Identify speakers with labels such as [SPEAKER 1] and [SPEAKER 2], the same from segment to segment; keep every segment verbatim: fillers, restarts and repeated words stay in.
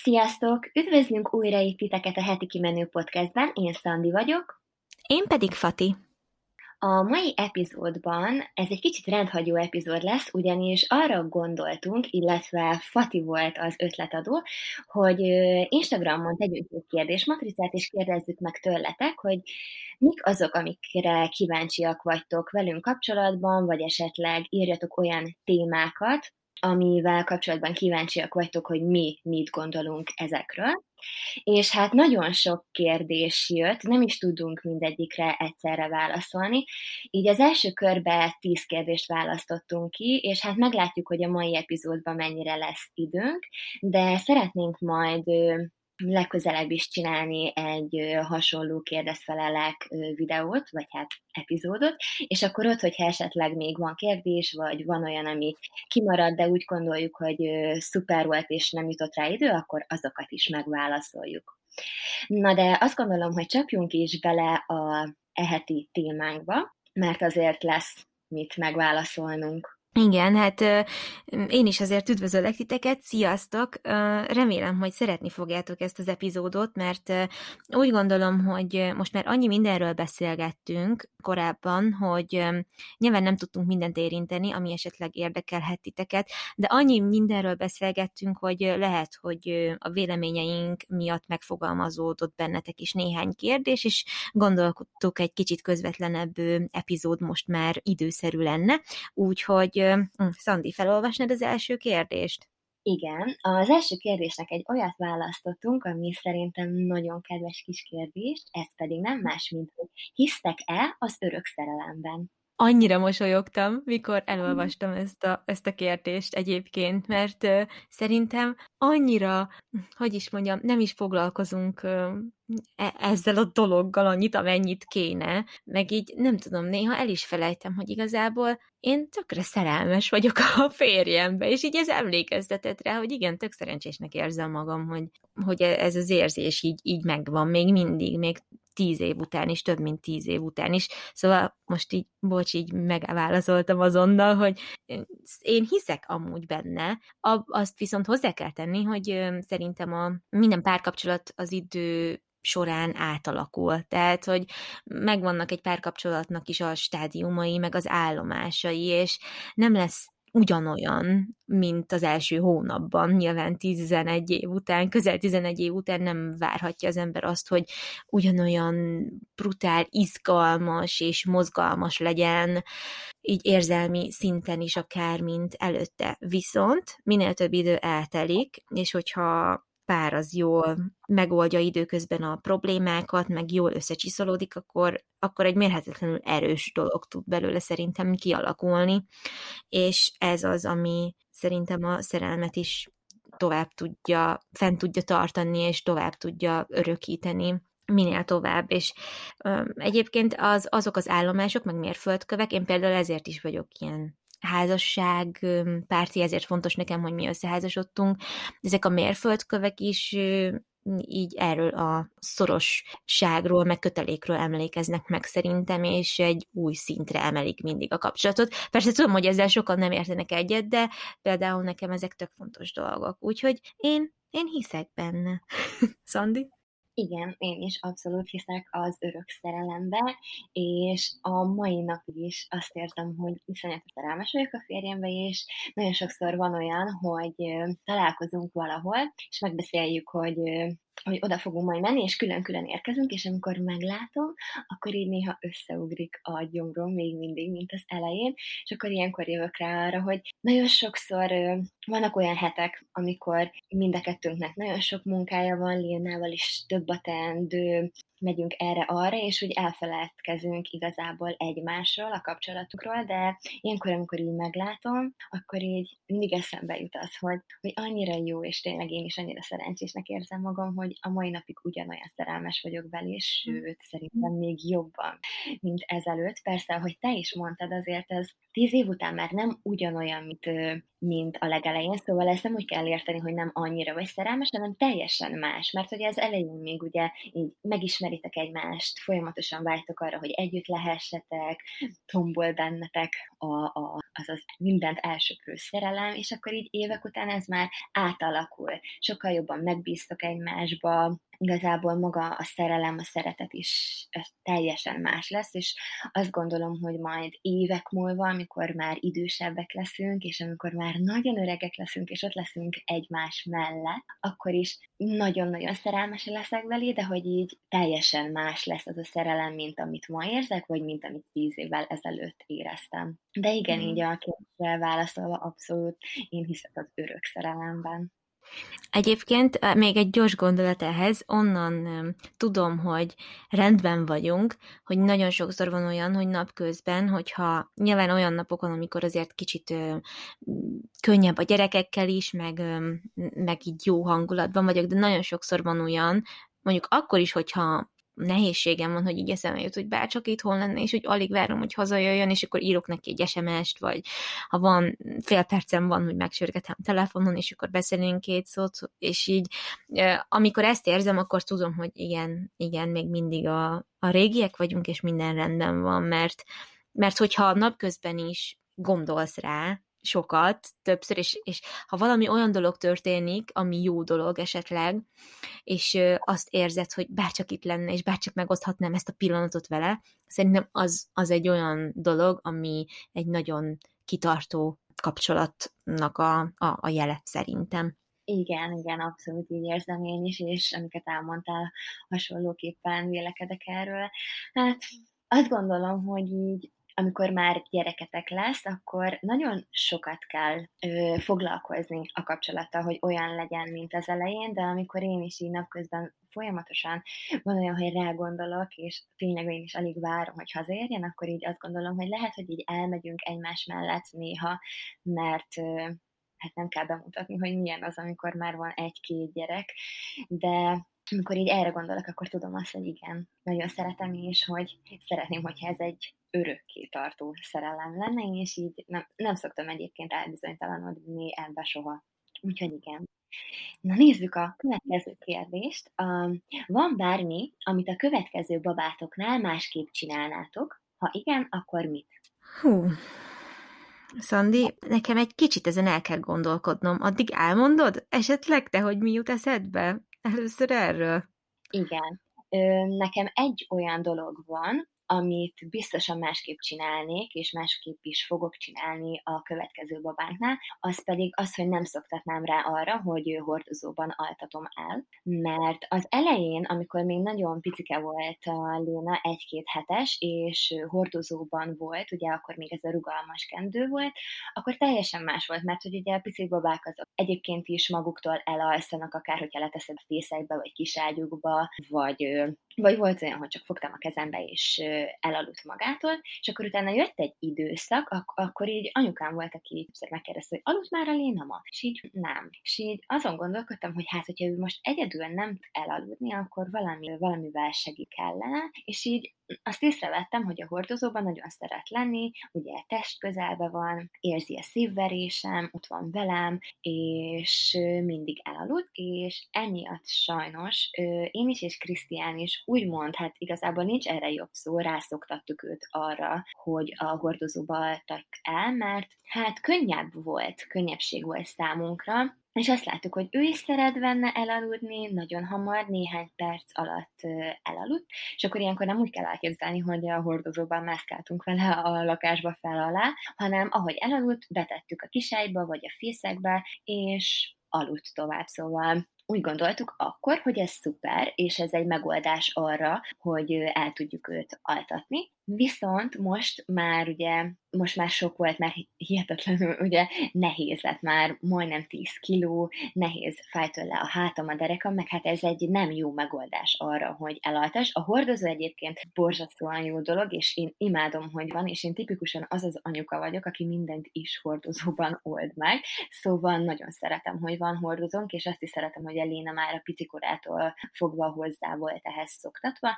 [SPEAKER 1] Sziasztok! Üdvözlünk újra itt titeket a Heti Kimenő Podcastben, én Szandi vagyok.
[SPEAKER 2] Én pedig Fati.
[SPEAKER 1] A mai epizódban ez egy kicsit rendhagyó epizód lesz, ugyanis arra gondoltunk, illetve Fati volt az ötletadó, hogy Instagramon tegyünk egy kérdésmatricát, és kérdezzük meg tőletek, hogy mik azok, amikre kíváncsiak vagytok velünk kapcsolatban, vagy esetleg írjatok olyan témákat, amivel kapcsolatban kíváncsiak vagytok, hogy mi mit gondolunk ezekről. És hát nagyon sok kérdés jött, nem is tudunk mindegyikre egyszerre válaszolni. Így az első körbe tíz kérdést választottunk ki, és hát meglátjuk, hogy a mai epizódban mennyire lesz időnk, de szeretnénk majd legközelebb is csinálni egy hasonló kérdezfelelek videót, vagy hát epizódot, és akkor ott, hogyha esetleg még van kérdés, vagy van olyan, ami kimarad, de úgy gondoljuk, hogy szuper volt, és nem jutott rá idő, akkor azokat is megválaszoljuk. Na de azt gondolom, hogy csapjunk is bele a eheti témánkba, mert azért lesz mit megválaszolnunk.
[SPEAKER 2] Igen, hát én is azért üdvözöllek titeket, sziasztok! Remélem, hogy szeretni fogjátok ezt az epizódot, mert úgy gondolom, hogy most már annyi mindenről beszélgettünk korábban, hogy nyilván nem tudtunk mindent érinteni, ami esetleg érdekelhet titeket, de annyi mindenről beszélgettünk, hogy lehet, hogy a véleményeink miatt megfogalmazódott bennetek is néhány kérdés, és gondolkodtuk, egy kicsit közvetlenebb epizód most már időszerű lenne, úgyhogy Szandi, felolvasnád az első kérdést?
[SPEAKER 1] Igen, az első kérdésnek egy olyat választottunk, ami szerintem nagyon kedves kis kérdés, ez pedig nem más, mint hogy hisztek-e az örök szerelemben?
[SPEAKER 2] Annyira mosolyogtam, mikor elolvastam ezt a, ezt a kérdést egyébként, mert uh, szerintem annyira, hogy is mondjam, nem is foglalkozunk uh, ezzel a dologgal annyit, amennyit kéne, meg így nem tudom, néha el is felejtem, hogy igazából én tökre szerelmes vagyok a férjembe, és így ez emlékeztetett rá, hogy igen, tök szerencsésnek érzem magam, hogy, hogy ez az érzés így, így megvan még mindig, még tíz év után is, több mint tíz év után is. Szóval most így, bocs, így megválaszoltam azonnal, hogy én hiszek amúgy benne. Azt viszont hozzá kell tenni, hogy szerintem a minden párkapcsolat az idő során átalakul. Tehát, hogy megvannak egy párkapcsolatnak is a stádiumai, meg az állomásai, és nem lesz ugyanolyan, mint az első hónapban, nyilván tizenegy év után, közel tizenegy év után nem várhatja az ember azt, hogy ugyanolyan brutál, izgalmas és mozgalmas legyen, így érzelmi szinten is akár, mint előtte. Viszont minél több idő eltelik, és hogyha pár az jól megoldja időközben a problémákat, meg jól összecsiszolódik, akkor, akkor egy mérhetetlenül erős dolog tud belőle szerintem kialakulni, és ez az, ami szerintem a szerelmet is tovább tudja, fent tudja tartani, és tovább tudja örökíteni minél tovább, és ö, egyébként az, azok az állomások, meg mérföldkövek, én például ezért is vagyok ilyen házasság párti, ezért fontos nekem, hogy mi összeházasodtunk. Ezek a mérföldkövek is így erről a szorosságról, meg kötelékről emlékeznek meg szerintem, és egy új szintre emelik mindig a kapcsolatot. Persze tudom, hogy ezzel sokan nem értenek egyet, de például nekem ezek tök fontos dolgok. Úgyhogy én, én hiszek benne. Szandi?
[SPEAKER 1] Igen, én is abszolút hiszek az örök szerelembe, és a mai napig is azt érzem, hogy iszonyatosan szerelmes vagyok a férjembe, és nagyon sokszor van olyan, hogy találkozunk valahol, és megbeszéljük, hogy hogy oda fogunk majd menni, és külön-külön érkezünk, és amikor meglátom, akkor így néha összeugrik a gyomrom még mindig, mint az elején, és akkor ilyenkor jövök rá arra, hogy nagyon sokszor vannak olyan hetek, amikor mind a kettőnknek nagyon sok munkája van, Lénával is több a teendő, megyünk erre-arra, és úgy elfeledkezünk igazából egymásról, a kapcsolatunkról, de ilyenkor, amikor így meglátom, akkor így mindig eszembe jut az, hogy, hogy annyira jó, és tényleg én is annyira szerencsésnek érzem magam, hogy a mai napig ugyanolyan szerelmes vagyok belé, sőt, szerintem még jobban, mint ezelőtt. Persze, ahogy te is mondtad, azért ez tíz év után már nem ugyanolyan, mint, mint a legelején, szóval ezt nem úgy kell érteni, hogy nem annyira vagy szerelmes, hanem teljesen más, mert ugye az elején még ugye így megismeritek egymást, folyamatosan vágytok arra, hogy együtt lehessetek, tombol bennetek a, a, az az mindent elsöprő szerelem, és akkor így évek után ez már átalakul. Sokkal jobban megbíztok egymásba, igazából maga a szerelem, a szeretet is teljesen más lesz, és azt gondolom, hogy majd évek múlva, amikor már idősebbek leszünk, és amikor már nagyon öregek leszünk, és ott leszünk egymás mellett, akkor is nagyon-nagyon szerelmes leszek belé, de hogy így teljesen más lesz az a szerelem, mint amit ma érzek, vagy mint amit tíz évvel ezelőtt éreztem. De igen, mm. így a kérdésre válaszolva abszolút én hiszek az örök szerelemben.
[SPEAKER 2] Egyébként még egy gyors gondolat ehhez, onnan um, tudom, hogy rendben vagyunk, hogy nagyon sokszor van olyan, hogy napközben, hogyha nyilván olyan napokon, amikor azért kicsit uh, könnyebb a gyerekekkel is, meg, um, meg így jó hangulatban vagyok, de nagyon sokszor van olyan, mondjuk akkor is, hogyha nehézségem van, hogy így eszembe jut, hogy bárcsak itthon lenne, és hogy alig várom, hogy hazajöjjön, és akkor írok neki egy es em est, vagy ha van, fél percem van, hogy megsörgetem telefonon, és akkor beszélünk két szót, és így amikor ezt érzem, akkor tudom, hogy igen, igen, még mindig a, a régiek vagyunk, és minden rendben van, mert, mert hogyha napközben is gondolsz rá, sokat, többször, és, és ha valami olyan dolog történik, ami jó dolog esetleg, és ö, azt érzed, hogy bárcsak itt lenne, és bárcsak megoszthatnám ezt a pillanatot vele, szerintem az, az egy olyan dolog, ami egy nagyon kitartó kapcsolatnak a, a, a jele szerintem.
[SPEAKER 1] Igen, igen, abszolút így érzem én is, és amiket elmondtál, hasonlóképpen vélekedek erről. Hát azt gondolom, hogy így amikor már gyereketek lesz, akkor nagyon sokat kell ö, foglalkozni a kapcsolattal, hogy olyan legyen, mint az elején, de amikor én is így napközben folyamatosan van olyan, hogy rágondolok, és tényleg én is alig várom, hogy hazaérjen, akkor így azt gondolom, hogy lehet, hogy így elmegyünk egymás mellett néha, mert ö, hát nem kell bemutatni, hogy milyen az, amikor már van egy-két gyerek, de amikor így erre gondolok, akkor tudom azt, hogy igen, nagyon szeretem is, hogy szeretném, hogyha ez egy örökké tartó szerelem lenne, és így nem, nem szoktam egyébként elbizonytalanodni ebbe soha. Úgyhogy igen. Na nézzük a következő kérdést. Um, van bármi, amit a következő babátoknál másképp csinálnátok? Ha igen, akkor mit?
[SPEAKER 2] Hú, Szandi, nekem egy kicsit ezen el kell gondolkodnom. Addig elmondod esetleg te, hogy mi jut eszedbe? Először erről.
[SPEAKER 1] Igen. Ö, nekem egy olyan dolog van, amit biztosan másképp csinálnék, és másképp is fogok csinálni a következő babánknál, az pedig az, hogy nem szoktatnám rá arra, hogy hordozóban altatom el, mert az elején, amikor még nagyon picike volt a Léna, egy-két hetes, és hordozóban volt, ugye akkor még ez a rugalmas kendő volt, akkor teljesen más volt, mert hogy ugye a pici babák azok egyébként is maguktól elalszanak, akár hogyha leteszed a fészekbe, vagy kiságyukba, vagy, vagy volt olyan, hogy csak fogtam a kezembe, és elaludt magától, és akkor utána jött egy időszak, ak- akkor így anyukám volt, aki többször megkérdezte, hogy aludt már a Léna ma? És így nem. És így azon gondolkodtam, hogy hát, hogyha ő most egyedül nem tud elaludni, akkor valami, valamivel segít kellene, és így azt észrevettem, hogy a hordozóban nagyon szeret lenni, ugye test közelben van, érzi a szívverésem, ott van velem, és mindig elaludt, és emiatt sajnos én is és Krisztián is úgymond, hát igazából nincs erre jobb szó, rászoktattuk őt arra, hogy a hordozóba altak el, mert hát könnyebb volt, könnyebbség volt számunkra, és azt láttuk, hogy ő is szeret benne elaludni, nagyon hamar, néhány perc alatt elaludt, és akkor ilyenkor nem úgy kell elképzelni, hogy a hordozóban mászkáltunk vele a lakásba fel alá, hanem ahogy elaludt, betettük a kiságyba, vagy a fészekbe, és aludt tovább, szóval úgy gondoltuk akkor, hogy ez szuper, és ez egy megoldás arra, hogy el tudjuk őt altatni, Viszont most már ugye, most már sok volt, mert hihetetlenül ugye nehéz lett már, majdnem tíz kiló, nehéz, fáj tőle a hátam, a derekam, meg hát ez egy nem jó megoldás arra, hogy elaltas. A hordozó egyébként borzasztóan jó dolog, és én imádom, hogy van, és én tipikusan az az anyuka vagyok, aki mindent is hordozóban old meg, szóval nagyon szeretem, hogy van hordozónk, és azt is szeretem, hogy Eléna már a picikorától fogva hozzá volt ehhez szoktatva,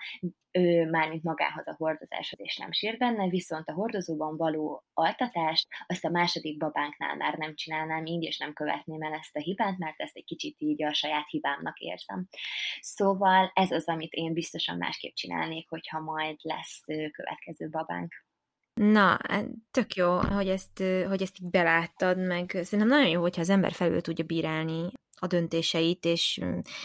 [SPEAKER 1] ő mármint magához a hordozáshoz és nem sír benne, viszont a hordozóban való altatást azt a második babánknál már nem csinálnám így, és nem követném el ezt a hibát, mert ezt egy kicsit így a saját hibámnak érzem. Szóval ez az, amit én biztosan másképp csinálnék, hogyha majd lesz következő babánk.
[SPEAKER 2] Na, tök jó, hogy ezt, hogy ezt így beláttad, meg szerintem nagyon jó, hogyha az ember felül tudja bírálni a döntéseit, és,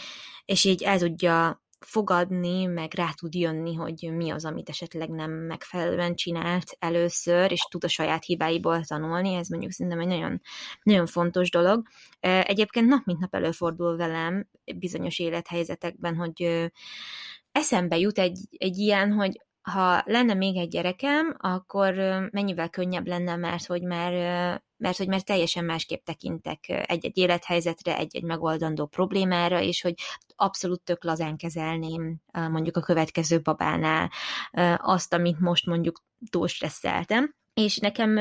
[SPEAKER 2] és így el tudja fogadni, meg rá tud jönni, hogy mi az, amit esetleg nem megfelelően csinált először, és tud a saját hibáiból tanulni, ez mondjuk szerintem egy nagyon, nagyon fontos dolog. Egyébként nap mint nap előfordul velem bizonyos élethelyzetekben, hogy eszembe jut egy, egy ilyen, hogy ha lenne még egy gyerekem, akkor mennyivel könnyebb lenne, mert hogy már, mert hogy már teljesen másképp tekintek egy-egy élethelyzetre, egy-egy megoldandó problémára, és hogy abszolút tök lazán kezelném mondjuk a következő babánál azt, amit most mondjuk túl stresszeltem. És nekem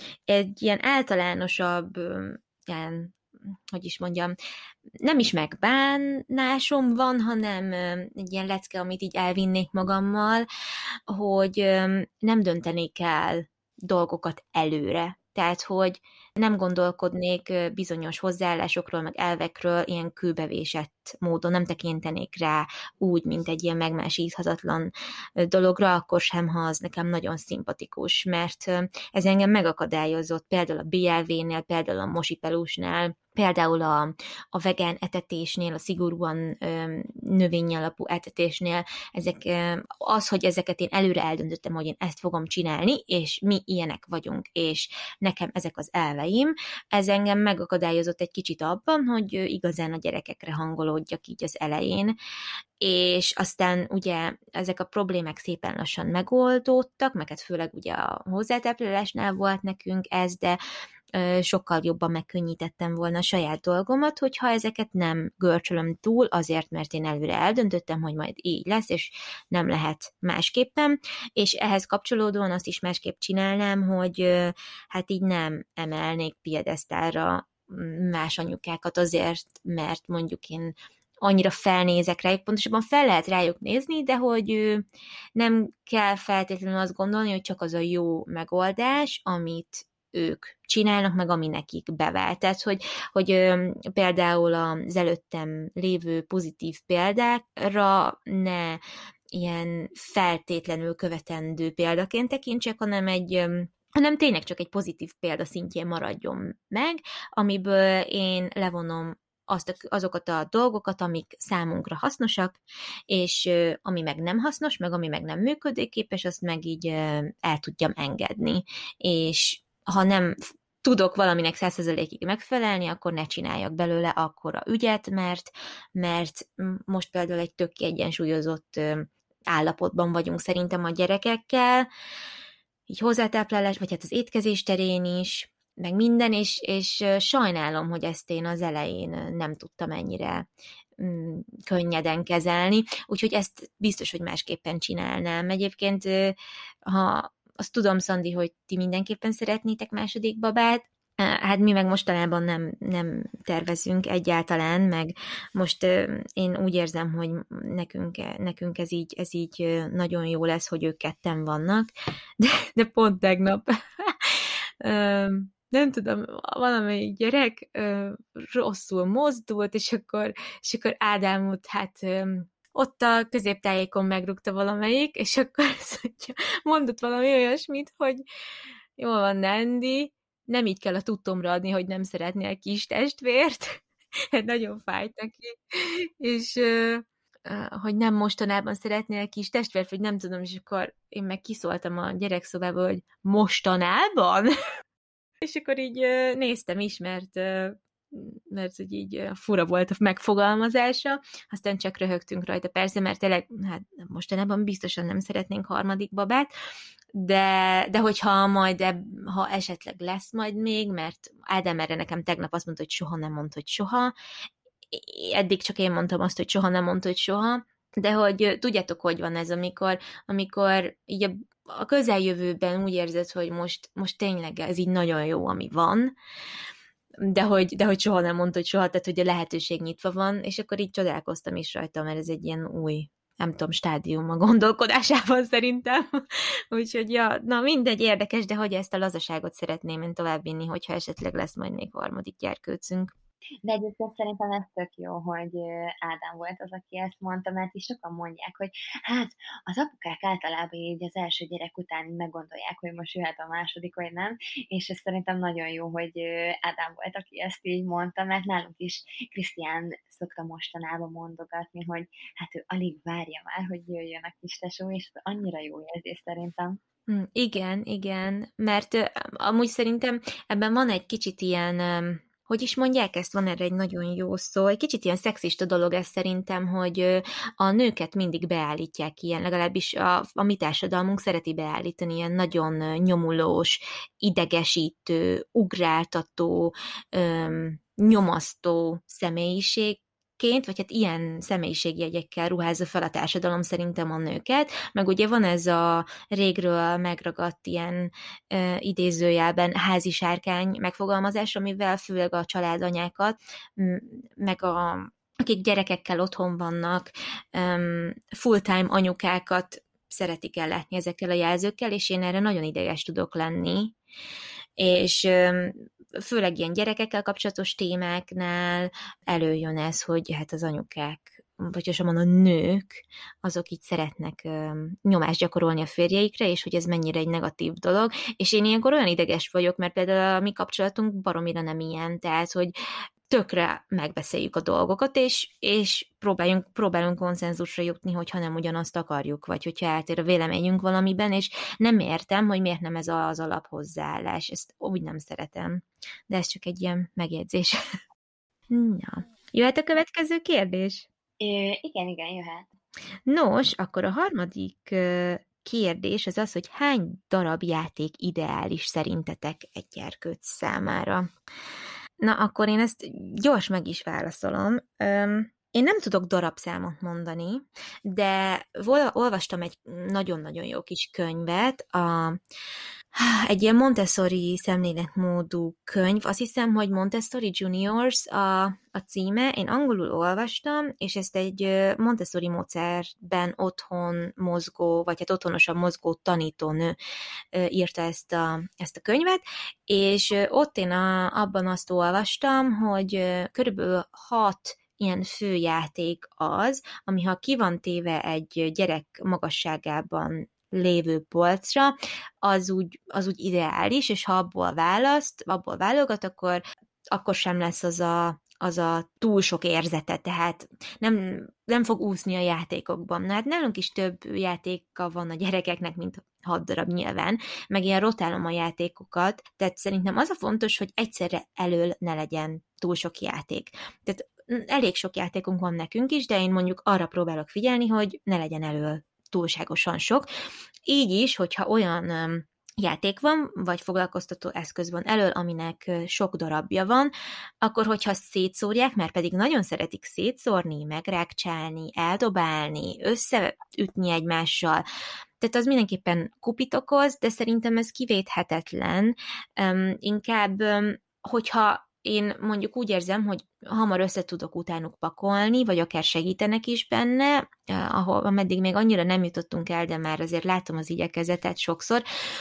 [SPEAKER 2] egy ilyen általánosabb, ilyen, hogy is mondjam, nem is megbánásom van, hanem egy ilyen lecke, amit így elvinnék magammal, hogy nem döntenék el dolgokat előre. Tehát, hogy nem gondolkodnék bizonyos hozzáállásokról, meg elvekről ilyen kőbevésett módon, nem tekintenék rá úgy, mint egy ilyen megmásíthatatlan dologra, akkor sem, ha az nekem nagyon szimpatikus, mert ez engem megakadályozott például a bé el vé-nél, például a mosipelúsnál, például a, a vegán etetésnél, a szigorúan ö, növényalapú etetésnél, ezek, ö, az, hogy ezeket én előre eldöntöttem, hogy én ezt fogom csinálni, és mi ilyenek vagyunk, és nekem ezek az elveim, ez engem megakadályozott egy kicsit abban, hogy igazán a gyerekekre hangolódjak így az elején, és aztán ugye ezek a problémák szépen lassan megoldódtak, meg hát főleg ugye a hozzátáplálásnál volt nekünk ez, de sokkal jobban megkönnyítettem volna a saját dolgomat, hogyha ezeket nem görcsölöm túl, azért, mert én előre eldöntöttem, hogy majd így lesz, és nem lehet másképpen, és ehhez kapcsolódóan azt is másképp csinálnám, hogy hát így nem emelnék piedesztálra más anyukákat azért, mert mondjuk én annyira felnézek rájuk, pontosabban fel lehet rájuk nézni, de hogy nem kell feltétlenül azt gondolni, hogy csak az a jó megoldás, amit ők csinálnak, meg ami nekik bevált. Tehát, hogy, hogy ö, például az előttem lévő pozitív példákra ne ilyen feltétlenül követendő példaként tekintsek, hanem egy ö, hanem tényleg csak egy pozitív példa szintjén maradjon meg, amiből én levonom azt a, azokat a dolgokat, amik számunkra hasznosak, és ö, ami meg nem hasznos, meg ami meg nem működőképes, azt meg így ö, el tudjam engedni. És ha nem tudok valaminek száz százalékig megfelelni, akkor ne csináljak belőle akkora ügyet, mert, mert most például egy tök kiegyensúlyozott állapotban vagyunk szerintem a gyerekekkel, így hozzátáplálás, vagy hát az étkezés terén is, meg minden, és, és sajnálom, hogy ezt én az elején nem tudtam ennyire mm, könnyeden kezelni, úgyhogy ezt biztos, hogy másképpen csinálnám. Egyébként, ha azt tudom, Szandi, hogy ti mindenképpen szeretnétek második babát, hát mi meg mostanában nem, nem tervezünk egyáltalán, meg most én úgy érzem, hogy nekünk, nekünk ez, így, ez így nagyon jó lesz, hogy ők ketten vannak, de, de pont tegnap nem tudom, valamelyik gyerek rosszul mozdult, és akkor, és akkor Ádámot hát ott a középtájékon megrúgta valamelyik, és akkor mondott valami olyasmit, hogy jól van, Nandi, nem így kell a tudtomra adni, hogy nem szeretnél kis testvért. Nagyon fájt neki. És hogy nem mostanában szeretnél kis testvért, vagy nem tudom, és akkor én meg kiszóltam a gyerekszobába, hogy mostanában? És akkor így néztem is, mert mert hogy így fura volt a megfogalmazása, aztán csak röhögtünk rajta, persze, mert tényleg, hát mostanában biztosan nem szeretnénk harmadik babát, de, de hogyha majd, eb, ha esetleg lesz majd még, mert Ádám erre nekem tegnap azt mondta, hogy soha nem mondta, hogy soha, eddig csak én mondtam azt, hogy soha nem mondta, hogy soha, de hogy tudjátok, hogy van ez, amikor, amikor így a, a közeljövőben úgy érzed, hogy most, most tényleg ez így nagyon jó, ami van, de hogy, de hogy soha nem mondta, hogy soha, tehát hogy a lehetőség nyitva van, és akkor így csodálkoztam is rajta, mert ez egy ilyen új, nem tudom, stádium a gondolkodásában szerintem. Úgyhogy, ja, na mindegy, érdekes, de hogy ezt a lazaságot szeretném én továbbvinni, hogyha esetleg lesz majd még harmadik gyerkőcünk.
[SPEAKER 1] De egyébként szerintem ez tök jó, hogy Ádám volt az, aki ezt mondta, mert is sokan mondják, hogy hát az apukák általában így az első gyerek után meggondolják, hogy most jöhet a második, vagy nem, és ez szerintem nagyon jó, hogy Ádám volt, aki ezt így mondta, mert nálunk is Krisztián szokta mostanában mondogatni, hogy hát ő alig várja már, hogy jöjjön a kis tesó, és annyira jó érzés szerintem.
[SPEAKER 2] Igen, igen, mert uh, amúgy szerintem ebben van egy kicsit ilyen... Um, hogy is mondják ezt, van erre egy nagyon jó szó, egy kicsit ilyen szexista dolog ez szerintem, hogy a nőket mindig beállítják ilyen, legalábbis a, a mi társadalmunk szereti beállítani ilyen nagyon nyomulós, idegesítő, ugráltató, öm, nyomasztó személyiség, ként, vagy hát ilyen személyiségjegyekkel ruházza fel a társadalom szerintem a nőket, meg ugye van ez a régről megragadt ilyen uh, idézőjelben házi sárkány megfogalmazás, amivel főleg a családanyákat, meg a, akik gyerekekkel otthon vannak, um, full-time anyukákat szeretik ellátni ezekkel a jelzőkkel, és én erre nagyon ideges tudok lenni. És főleg ilyen gyerekekkel kapcsolatos témáknál előjön ez, hogy hát az anyukák, vagy sem mondom, a nők, azok így szeretnek nyomást gyakorolni a férjeikre, és hogy ez mennyire egy negatív dolog, és én ilyenkor olyan ideges vagyok, mert például a mi kapcsolatunk baromira nem ilyen, tehát, hogy tökre megbeszéljük a dolgokat, és, és próbáljunk, próbálunk konszenzusra jutni, hogyha nem ugyanazt akarjuk, vagy hogyha eltér a véleményünk valamiben, és nem értem, hogy miért nem ez az alaphozzáállás. Ezt úgy nem szeretem. De ez csak egy ilyen megjegyzés. Na. Jöhet a következő kérdés?
[SPEAKER 1] É, igen, igen, jöhet.
[SPEAKER 2] Nos, akkor a harmadik kérdés az az, hogy hány darab játék ideális szerintetek egy gyerkőc számára? Na, akkor én ezt gyors meg is válaszolom. Öm, én nem tudok darabszámot mondani, de olvastam egy nagyon-nagyon jó kis könyvet, a, egy ilyen Montessori szemléletmódú könyv, azt hiszem, hogy Montessori Juniors a, a címe, én angolul olvastam, és ezt egy Montessori módszerben otthon mozgó, vagy hát otthonosan mozgó tanítónő írta ezt a, ezt a könyvet, és ott én a, abban azt olvastam, hogy körülbelül hat ilyen főjáték az, ami ha ki van téve egy gyerek magasságában lévő polcra, az úgy, az úgy ideális, és ha abból választ, abból válogat, akkor, akkor sem lesz az a, az a túl sok érzete, tehát nem, nem fog úszni a játékokban. Na hát nálunk is több játéka van a gyerekeknek, mint hat darab nyilván, meg ilyen rotálom a játékokat, tehát szerintem az a fontos, hogy egyszerre elől ne legyen túl sok játék. Tehát elég sok játékunk van nekünk is, de én mondjuk arra próbálok figyelni, hogy ne legyen elől túlságosan sok. Így is, hogyha olyan um, játék van, vagy foglalkoztató eszköz van elől, aminek uh, sok darabja van, akkor hogyha szétszórják, mert pedig nagyon szeretik szétszórni, megrákcsálni, eldobálni, összeütni egymással, tehát az mindenképpen kupit okoz, de szerintem ez kivéthetetlen. Um, inkább, um, hogyha én mondjuk úgy érzem, hogy hamar össze tudok utánuk pakolni, vagy akár segítenek is benne, ahol, ameddig még annyira nem jutottunk el, de már azért látom az igyekezetet sokszor,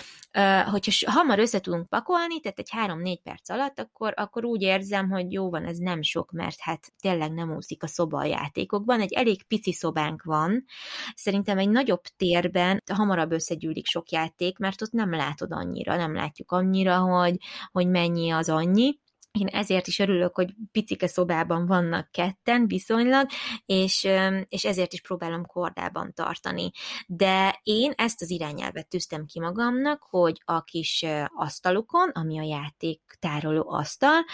[SPEAKER 2] hogyha hamar össze tudunk pakolni, tehát egy három-négy perc alatt, akkor, akkor úgy érzem, hogy jó van, ez nem sok, mert hát tényleg nem úszik a szoba a játékokban, egy elég pici szobánk van, szerintem egy nagyobb térben hamarabb összegyűlik sok játék, mert ott nem látod annyira, nem látjuk annyira, hogy, hogy mennyi az annyi. Én ezért is örülök, hogy picike szobában vannak ketten viszonylag, és, és ezért is próbálom kordában tartani. De én ezt az irányelvet tűztem ki magamnak, hogy a kis asztalukon, ami a játék tároló asztal,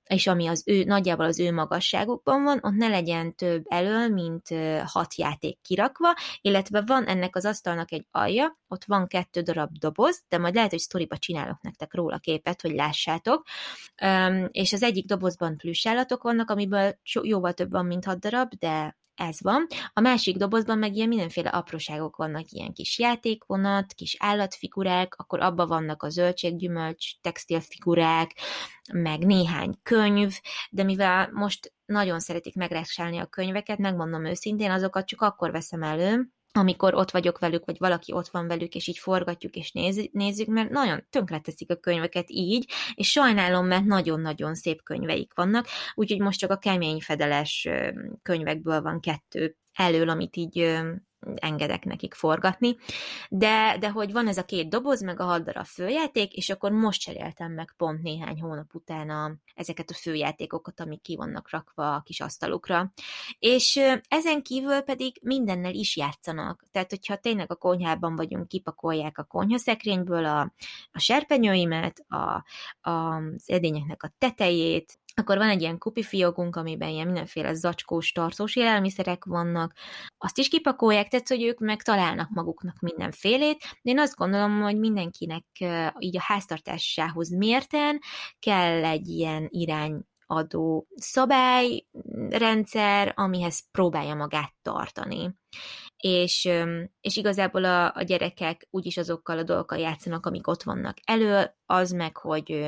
[SPEAKER 2] és ami az ő, nagyjából az ő magasságukban van, ott ne legyen több elől, mint hat játék kirakva, illetve van ennek az asztalnak egy alja, ott van kettő darab doboz, de majd lehet, hogy sztoriba csinálok nektek róla képet, hogy lássátok, um, és az egyik dobozban plüssállatok vannak, amiből jóval több van, mint hat darab, de ez van. A másik dobozban meg ilyen mindenféle apróságok vannak, ilyen kis játékvonat, kis állatfigurák, akkor abban vannak a zöldséggyümölcs, textilfigurák, meg néhány könyv, de mivel most nagyon szeretik megrákcsálni a könyveket, megmondom őszintén, azokat csak akkor veszem elő, amikor ott vagyok velük, vagy valaki ott van velük, és így forgatjuk, és néz, nézzük, mert nagyon tönkreteszik a könyveket így, és sajnálom, mert nagyon-nagyon szép könyveik vannak, úgyhogy most csak a kemény fedeles könyvekből van kettő elől, amit így engedek nekik forgatni, de, de hogy van ez a két doboz, meg a hat darab főjáték, és akkor most cseréltem meg pont néhány hónap után ezeket a főjátékokat, amik ki vannak rakva a kis asztalukra. És ezen kívül pedig mindennel is játszanak. Tehát, hogyha tényleg a konyhában vagyunk, kipakolják a konyhaszekrényből a, a serpenyőimet, a, a, az edényeknek a tetejét, akkor van egy ilyen kupifiókunk, amiben ilyen mindenféle zacskós, tartós élelmiszerek vannak, azt is kipakolják, tehát, hogy ők meg találnak maguknak mindenfélét, de én azt gondolom, hogy mindenkinek így a háztartásához mérten kell egy ilyen irányadó szabályrendszer, amihez próbálja magát tartani. És, és igazából a, a gyerekek úgyis azokkal a dolgokkal játszanak, amik ott vannak elő, az meg, hogy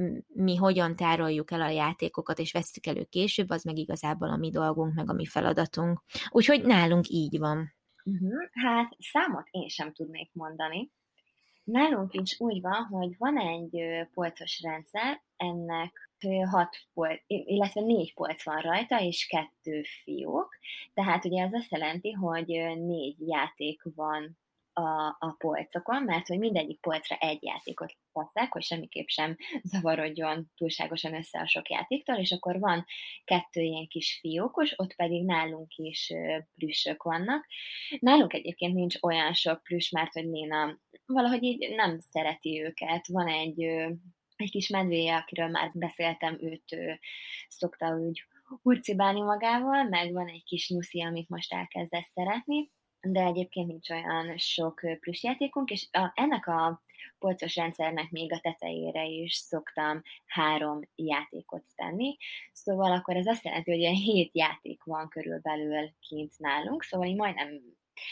[SPEAKER 2] mi hogyan tároljuk el a játékokat, és vesszük elő később, az meg igazából a mi dolgunk, meg a mi feladatunk. Úgyhogy nálunk így van.
[SPEAKER 1] Uh-huh. Hát számot én sem tudnék mondani. Nálunk is úgy van, hogy van egy polcos rendszer, ennek hat polc, illetve négy polc van rajta, és kettő fiók. Tehát ugye ez azt jelenti, hogy négy játék van a, a polcokon, mert hogy mindegyik polcra egy játékot teszek, hogy semmiképp sem zavarodjon túlságosan össze a sok játéktól, és akkor van kettő ilyen kis fiókos, ott pedig nálunk is plüssök vannak. Nálunk egyébként nincs olyan sok plüss, mert hogy Léna valahogy így nem szereti őket. Van egy, egy kis medvéje, akiről már beszéltem, őt szokta úgy hurcibálni magával, meg van egy kis nyuszi, amit most elkezdett szeretni, de egyébként nincs olyan sok plüssjátékunk, és a, ennek a polcos rendszernek még a tetejére is szoktam három játékot tenni, szóval akkor ez azt jelenti, hogy ilyen hét játék van körülbelül kint nálunk, szóval így majdnem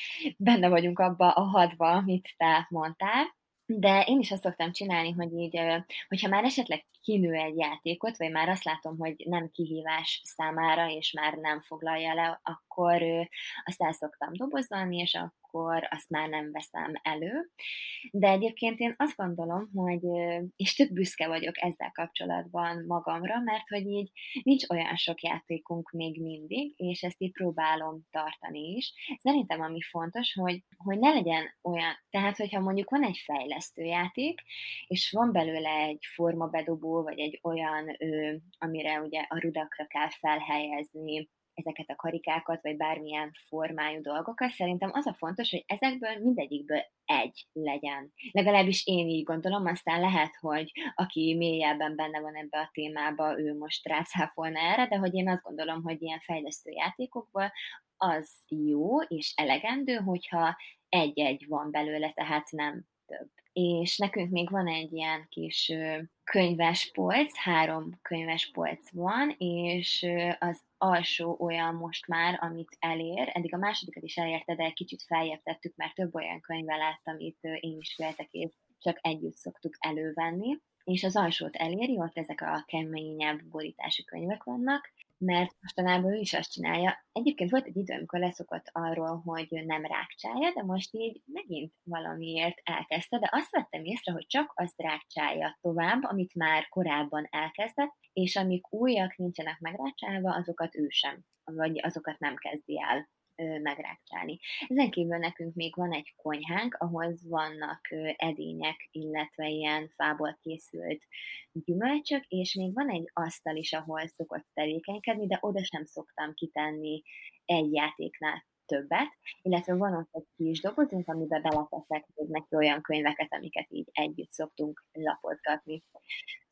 [SPEAKER 1] benne vagyunk abba a hatba, amit te mondtál, de én is azt szoktam csinálni, hogy így, hogyha már esetleg kinő egy játékot, vagy már azt látom, hogy nem kihívás számára, és már nem foglalja le, akkor azt el szoktam dobozolni, és akkor azt már nem veszem elő. De egyébként én azt gondolom, hogy, és tök büszke vagyok ezzel kapcsolatban magamra, mert hogy így nincs olyan sok játékunk még mindig, és ezt így próbálom tartani is. Szerintem ami fontos, hogy, hogy ne legyen olyan, tehát hogyha mondjuk van egy fejlesztő játék, és van belőle egy formabedobó, vagy egy olyan, ő, amire ugye a rudakra kell felhelyezni ezeket a karikákat, vagy bármilyen formájú dolgokat, szerintem az a fontos, hogy ezekből mindegyikből egy legyen. Legalábbis én így gondolom, aztán lehet, hogy aki mélyebben benne van ebbe a témába, ő most rácáfolna erre, de hogy én azt gondolom, hogy ilyen fejlesztő játékokból az jó és elegendő, hogyha egy-egy van belőle, tehát nem több. És nekünk még van egy ilyen kis könyves polc, három könyves polc van, és az alsó olyan most már, amit elér, eddig a másodikat is elérte, de egy kicsit feljebb tettük, mert több olyan könyve lett, amit én is féltek, és csak együtt szoktuk elővenni, és az alsót eléri, ott ezek a keményebb borítású könyvek vannak, mert mostanában ő is azt csinálja. Egyébként volt egy idő, amikor leszokott arról, hogy nem rákcsálja, de most így megint valamiért elkezdte, de azt vettem észre, hogy csak azt rákcsálja tovább, amit már korábban elkezdett, és amik újak nincsenek megrákcsálva, azokat ő sem, vagy azokat nem kezdi el megrákcsálni. Ezen kívül nekünk még van egy konyhánk, ahhoz vannak edények, illetve ilyen fából készült gyümölcsök, és még van egy asztal is, ahol szokott tevékenykedni, de oda sem szoktam kitenni egy játéknál többet, illetve van ott egy kis dobozunk, amiben beleteszek még neki olyan könyveket, amiket így együtt szoktunk lapozgatni.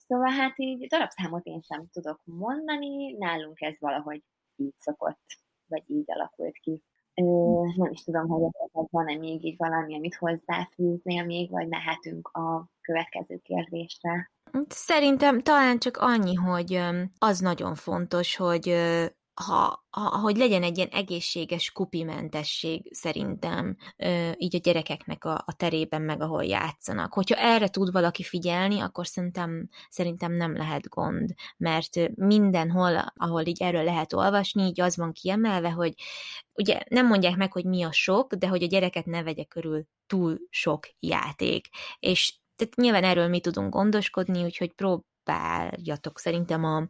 [SPEAKER 1] Szóval hát így darabszámot én sem tudok mondani, nálunk ez valahogy így szokott, vagy így alakult ki. Ö, nem is tudom, hogy esetleg van-e még így valami, amit hozzáfűznél még, vagy mehetünk a következő kérdésre.
[SPEAKER 2] Szerintem talán csak annyi, hogy öm, az nagyon fontos, hogy ö, ha, ha, hogy legyen egy ilyen egészséges kupimentesség szerintem ö, így a gyerekeknek a, a terében, meg ahol játszanak. Hogyha erre tud valaki figyelni, akkor szerintem, szerintem nem lehet gond, mert mindenhol, ahol így erről lehet olvasni, így az van kiemelve, hogy ugye nem mondják meg, hogy mi a sok, de hogy a gyereket ne vegye körül túl sok játék. És tehát nyilván erről mi tudunk gondoskodni, úgyhogy próbáljatok szerintem a,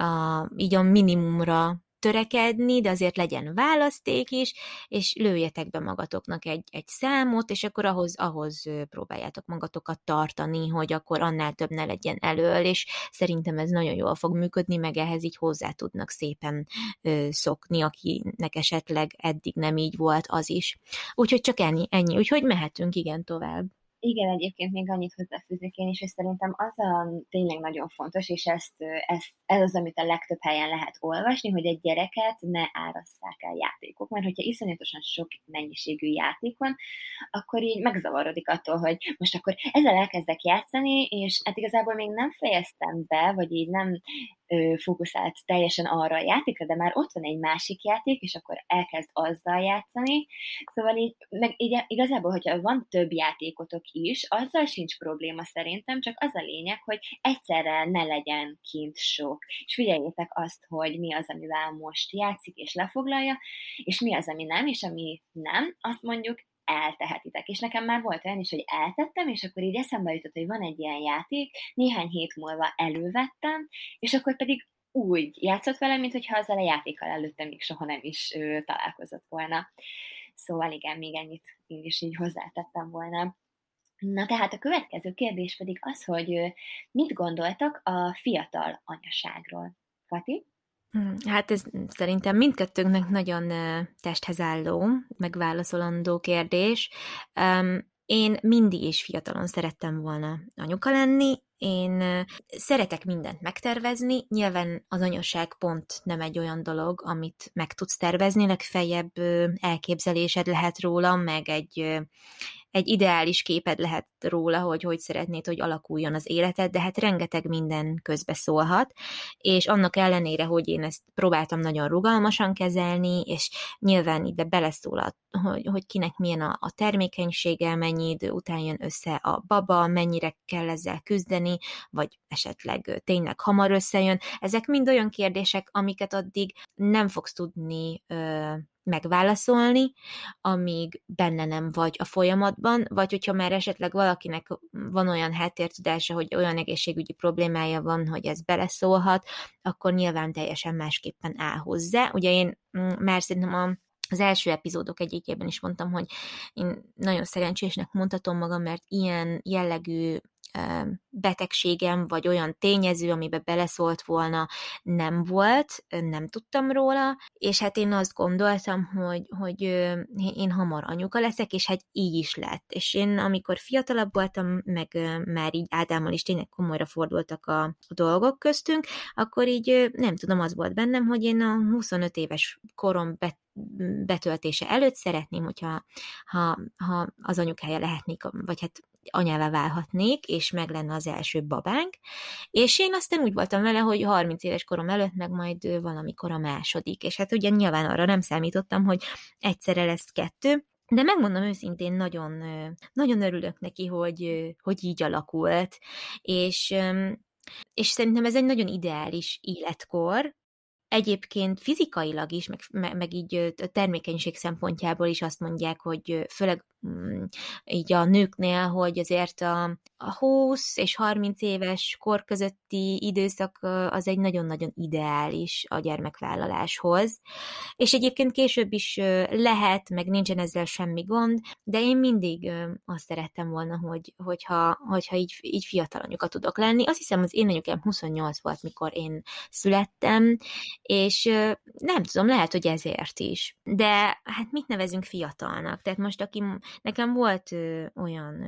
[SPEAKER 2] a, így a minimumra törekedni, de azért legyen választék is, és lőjetek be magatoknak egy, egy számot, és akkor ahhoz, ahhoz próbáljátok magatokat tartani, hogy akkor annál több ne legyen elől, és szerintem ez nagyon jól fog működni, meg ehhez így hozzá tudnak szépen ö, szokni, akinek esetleg eddig nem így volt az is. Úgyhogy csak ennyi, ennyi. Úgyhogy mehetünk igen tovább.
[SPEAKER 1] Igen, egyébként még annyit hozzáfűznék én is, hogy szerintem az a tényleg nagyon fontos, és ezt, ezt, ez az, amit a legtöbb helyen lehet olvasni, hogy egy gyereket ne árasszák el játékok, mert hogyha iszonyatosan sok mennyiségű játék van, akkor így megzavarodik attól, hogy most akkor ezzel elkezdek játszani, és hát igazából még nem fejeztem be, vagy így nem ö, fókuszált teljesen arra a játékra, de már ott van egy másik játék, és akkor elkezd azzal játszani. Szóval így, meg így, igazából, hogyha van több játékotok is, azzal sincs probléma szerintem, csak az a lényeg, hogy egyszerre ne legyen kint sok. És figyeljétek azt, hogy mi az, amivel most játszik és lefoglalja, és mi az, ami nem, és ami nem, azt mondjuk eltehetitek. És nekem már volt olyan is, hogy eltettem, és akkor így eszembe jutott, hogy van egy ilyen játék, néhány hét múlva elővettem, és akkor pedig úgy játszott velem, mint hogyha azzal a játékkal előtte még soha nem is ő, találkozott volna. Szóval igen, még ennyit én is így hozzátettem volna. Na tehát a következő kérdés pedig az, hogy mit gondoltak a fiatal anyaságról? Fati?
[SPEAKER 2] Hát ez szerintem mindkettőnknek nagyon testhez álló, megválaszolandó kérdés. Én mindig is fiatalon szerettem volna anyuka lenni, én szeretek mindent megtervezni, nyilván az anyaság pont nem egy olyan dolog, amit meg tudsz tervezni, legfeljebb elképzelésed lehet róla, meg egy, egy ideális képed lehet róla, hogy hogy szeretnéd, hogy alakuljon az életed, de hát rengeteg minden közbe szólhat, és annak ellenére, hogy én ezt próbáltam nagyon rugalmasan kezelni, és nyilván ide beleszól, hogy, hogy kinek milyen a, a termékenysége, mennyi idő után jön össze a baba, mennyire kell ezzel küzdeni, vagy esetleg tényleg hamar összejön. Ezek mind olyan kérdések, amiket addig nem fogsz tudni ö, megválaszolni, amíg benne nem vagy a folyamatban, vagy hogyha már esetleg valakinek van olyan háttértudása, hogy olyan egészségügyi problémája van, hogy ez beleszólhat, akkor nyilván teljesen másképpen áll hozzá. Ugye én már szerintem a az első epizódok egyikében is mondtam, hogy én nagyon szerencsésnek mondhatom magam, mert ilyen jellegű betegségem, vagy olyan tényező, amiben beleszólt volna, nem volt, nem tudtam róla, és hát én azt gondoltam, hogy, hogy én hamar anyuka leszek, és hát így is lett. És én, amikor fiatalabb voltam, meg már így Ádámmal is tényleg komolyra fordultak a, a dolgok köztünk, akkor így nem tudom, az volt bennem, hogy én a huszonöt éves korom bet betöltése előtt szeretném, hogyha ha, ha az anyukája lehetnék, vagy hát anyává válhatnék, és meg lenne az első babánk, és én aztán úgy voltam vele, hogy harminc éves korom előtt meg majd valamikor a második, és hát ugye nyilván arra nem számítottam, hogy egyszerre lesz kettő, de megmondom őszintén, nagyon, nagyon örülök neki, hogy, hogy így alakult, és, és szerintem ez egy nagyon ideális életkor. Egyébként fizikailag is, meg, meg így a termékenység szempontjából is azt mondják, hogy főleg mm, így a nőknél, hogy azért a, a húsz és harminc éves kor közötti időszak az egy nagyon-nagyon ideális a gyermekvállaláshoz. És egyébként később is lehet, meg nincsen ezzel semmi gond, de én mindig azt szerettem volna, hogy, hogyha, hogyha így, így fiatal anyuka tudok lenni. Azt hiszem, az én anyukám huszonnyolc volt, mikor én születtem, és nem tudom, lehet, hogy ezért is. De hát mit nevezünk fiatalnak? Tehát most, aki nekem volt ö, olyan ö,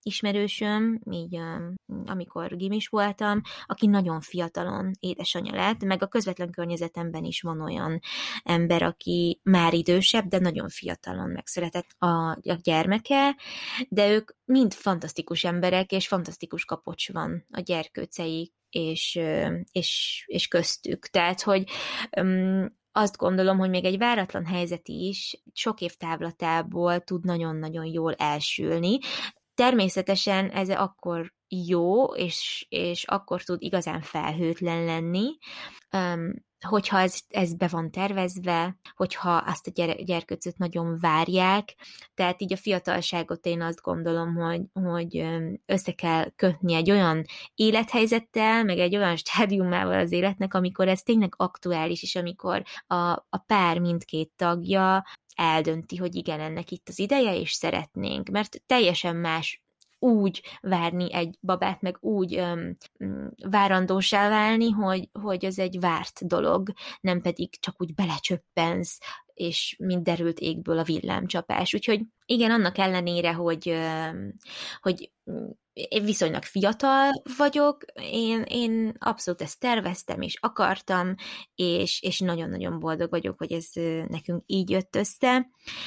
[SPEAKER 2] ismerősöm, így amikor gimis voltam, aki nagyon fiatalon édesanyja lett, meg a közvetlen környezetemben is van olyan ember, aki már idősebb, de nagyon fiatalon megszületett a, a gyermeke, de ők mind fantasztikus emberek, és fantasztikus kapocs van a gyerkőceik, és, és, és köztük. Tehát, hogy um, azt gondolom, hogy még egy váratlan helyzet is sok év távlatából tud nagyon-nagyon jól elsülni. Természetesen ez akkor jó, és, és akkor tud igazán felhőtlen lenni, um, hogyha ez, ez be van tervezve, hogyha azt a gyere, gyerkőcöt nagyon várják, tehát így a fiatalságot én azt gondolom, hogy, hogy össze kell kötni egy olyan élethelyzettel, meg egy olyan stádiumával az életnek, amikor ez tényleg aktuális, és amikor a, a pár mindkét tagja eldönti, hogy igen, ennek itt az ideje, és szeretnénk, mert teljesen más úgy várni egy babát, meg úgy um, várandósá válni, hogy, hogy ez egy várt dolog, nem pedig csak úgy belecsöppensz, és mind derült égből a villámcsapás. Úgyhogy igen, annak ellenére, hogy, um, hogy én viszonylag fiatal vagyok, én, én abszolút ezt terveztem, és akartam, és, és nagyon-nagyon boldog vagyok, hogy ez nekünk így jött össze,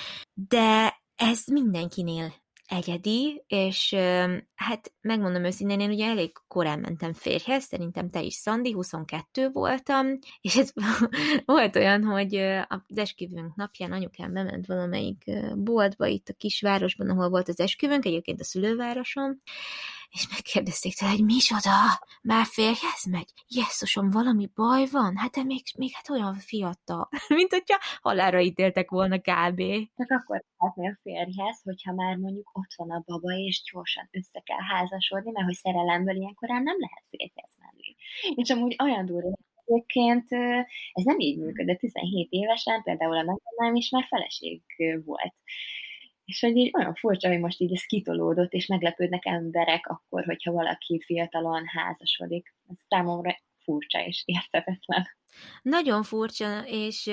[SPEAKER 2] de ez mindenkinél egyedi, és hát megmondom őszintén, én ugye elég korán mentem férjhez, szerintem te is, Szandi, huszonkettő voltam, és ez volt olyan, hogy az esküvőnk napján anyukám bement valamelyik boltba itt a kisvárosban, ahol volt az esküvőnk, egyébként a szülővárosom, és megkérdezték tőle, hogy micsoda, már férjhez megy? Jesszusom, valami baj van? Hát de még, még hát olyan fiatal, mint hogyha halálra ítéltek volna kb.
[SPEAKER 1] Csak akkor mehetnél férjhez, hogyha már mondjuk ott van a baba, és gyorsan össze kell házasodni, mert hogy szerelemből ilyenkorán nem lehet férjhez menni. És amúgy olyan durva, egyébként ez nem így működött, tizenhét évesen például a nagymamám is már feleség volt. És hogy így olyan furcsa, hogy most így ez kitolódott, és meglepődnek emberek akkor, hogyha valaki fiatalon házasodik. Ez számomra furcsa és érthetetlen.
[SPEAKER 2] Nagyon furcsa, és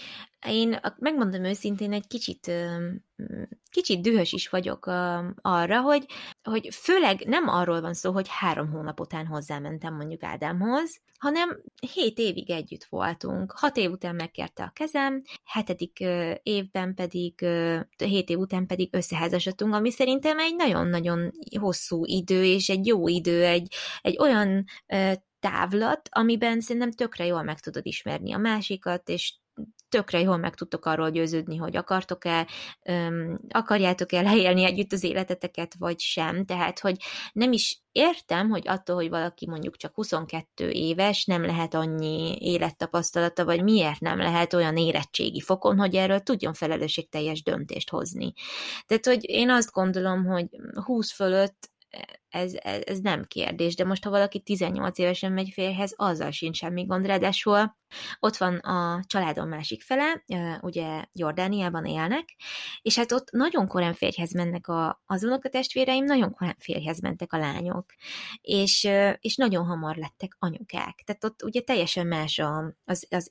[SPEAKER 2] én megmondom őszintén, egy kicsit, kicsit dühös is vagyok arra, hogy, hogy főleg nem arról van szó, hogy három hónap után hozzámentem mondjuk Ádámhoz, hanem hét évig együtt voltunk. Hat év után megkérte a kezem, hetedik évben pedig, hét év után pedig összeházasodtunk, ami szerintem egy nagyon-nagyon hosszú idő, és egy jó idő, egy, egy olyan távlat, amiben szerintem tökre jól meg tudod ismerni a másikat, és tökre jól meg tudtok arról győződni, hogy akartok-e, öm, akarjátok-e leélni együtt az életeteket, vagy sem. Tehát, hogy nem is értem, hogy attól, hogy valaki mondjuk csak huszonkettő éves, nem lehet annyi élettapasztalata, vagy miért nem lehet olyan érettségi fokon, hogy erről tudjon felelősségteljes döntést hozni. Tehát, hogy én azt gondolom, hogy húsz fölött Ez, ez, ez nem kérdés, de most, ha valaki tizennyolc évesen megy férjhez, azzal sincs semmi gond, ráadásul ott van a családom másik fele, ugye Jordániában élnek, és hát ott nagyon korán férjhez mennek a, az unokatestvéreim, nagyon korán férjhez mentek a lányok, és, és nagyon hamar lettek anyukák. Tehát ott ugye teljesen más a, az, az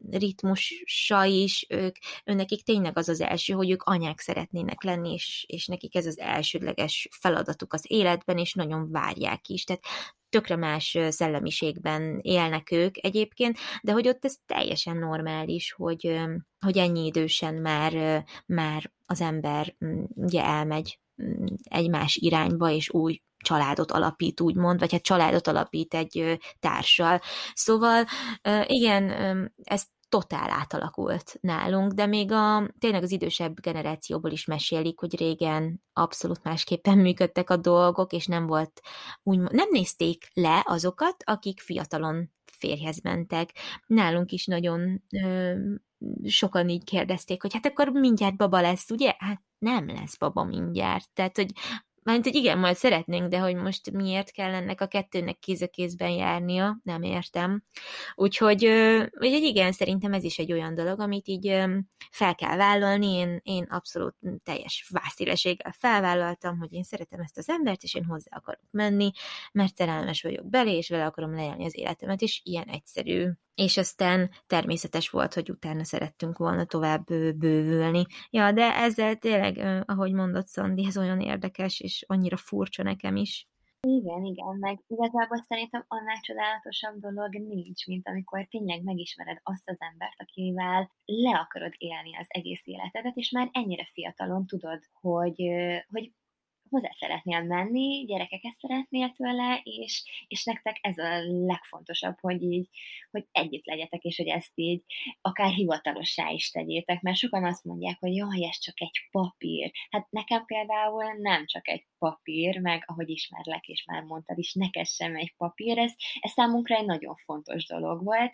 [SPEAKER 2] életritmusa is, ők, őnekik tényleg az az első, hogy ők anyák szeretnének lenni, és, és nekik ez az elsődleges feladatuk az életben, és nagyon várják is. Tehát tökre más szellemiségben élnek ők egyébként, de hogy ott ez teljesen normális, hogy, hogy ennyi idősen már, már az ember ugye elmegy egy más irányba, és új családot alapít, úgymond, vagy hát családot alapít egy társal. Szóval igen, ez totál átalakult nálunk, de még a, tényleg az idősebb generációból is mesélik, hogy régen abszolút másképpen működtek a dolgok, és nem volt úgy, nem nézték le azokat, akik fiatalon férjhez mentek. Nálunk is nagyon ö, sokan így kérdezték, hogy hát akkor mindjárt baba lesz, ugye? Hát nem lesz baba mindjárt. Tehát, hogy Mert hogy igen, majd szeretnénk, de hogy most miért kell ennek a kettőnek kéz a kézben járnia, nem értem. Úgyhogy, úgyhogy igen, szerintem ez is egy olyan dolog, amit így fel kell vállalni. Én, én abszolút teljes vászéleséggel felvállaltam, hogy én szeretem ezt az embert, és én hozzá akarok menni, mert szerelmes vagyok belé, és vele akarom leélni az életemet, és ilyen egyszerű. és aztán természetes volt, hogy utána szerettünk volna tovább bővülni. Ja, de ezzel tényleg, ahogy mondott Szandi, ez olyan érdekes, és annyira furcsa nekem is.
[SPEAKER 1] Igen, igen, meg igazából szerintem annál csodálatosabb dolog nincs, mint amikor tényleg megismered azt az embert, akivel le akarod élni az egész életedet, és már ennyire fiatalon tudod, hogy, hogy hozzá szeretnél menni, gyerekeket szeretnél tőle, és, és nektek ez a legfontosabb, hogy így, hogy együtt legyetek, és hogy ezt így akár hivatalossá is tegyétek, mert sokan azt mondják, hogy jaj, ez csak egy papír. Hát nekem például nem csak egy papír, meg ahogy ismerlek, és már mondtad is, neked sem egy papír, ez, ez számunkra egy nagyon fontos dolog volt,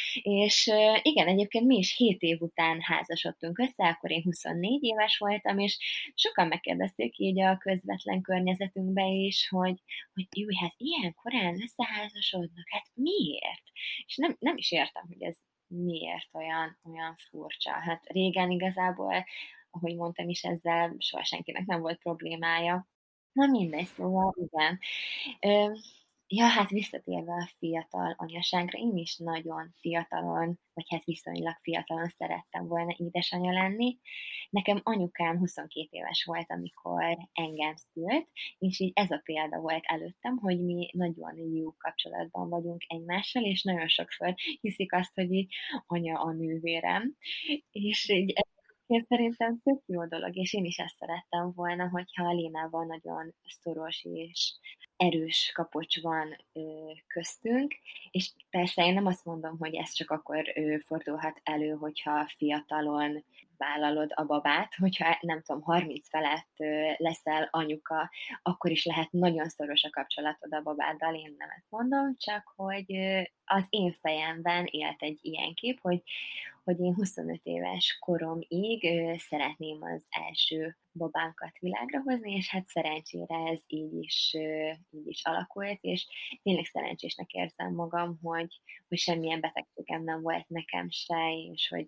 [SPEAKER 1] és igen, egyébként mi is hét év után házasodtunk össze, akkor én huszonnégy éves voltam, és sokan megkérdezték így a közvetlen környezetünkbe is, hogy, hogy jó, hát ilyen korán összeházasodnak, hát miért? És nem, nem is értem, hogy ez miért olyan, olyan furcsa. Hát régen igazából, ahogy mondtam is, ezzel soha senkinek nem volt problémája. Na mindegy, szóval igen. Ö, ja, hát visszatérve a fiatal anyaságra, én is nagyon fiatalon, vagy hát viszonylag fiatalon szerettem volna édesanya lenni. Nekem anyukám huszonkét éves volt, amikor engem szült, és így ez a példa volt előttem, hogy mi nagyon jó kapcsolatban vagyunk egymással, és nagyon sokszor hiszik azt, hogy így anya a nővérem, és így én szerintem tök jó dolog, és én is ezt szerettem volna, hogyha a Lénával nagyon szoros és erős kapocs van ö, köztünk, és persze én nem azt mondom, hogy ez csak akkor ö, fordulhat elő, hogyha fiatalon vállalod a babát, hogyha nem tudom, harminc felett ö, leszel anyuka, akkor is lehet nagyon szoros a kapcsolatod a babáddal, én nem ezt mondom, csak hogy ö, az én fejemben élt egy ilyen kép, hogy hogy én huszonöt éves koromig ö, szeretném az első babánkat világra hozni, és hát szerencsére ez így is, ö, így is alakult, és tényleg szerencsésnek érzem magam, hogy, hogy semmilyen betegségem nem volt nekem se, és hogy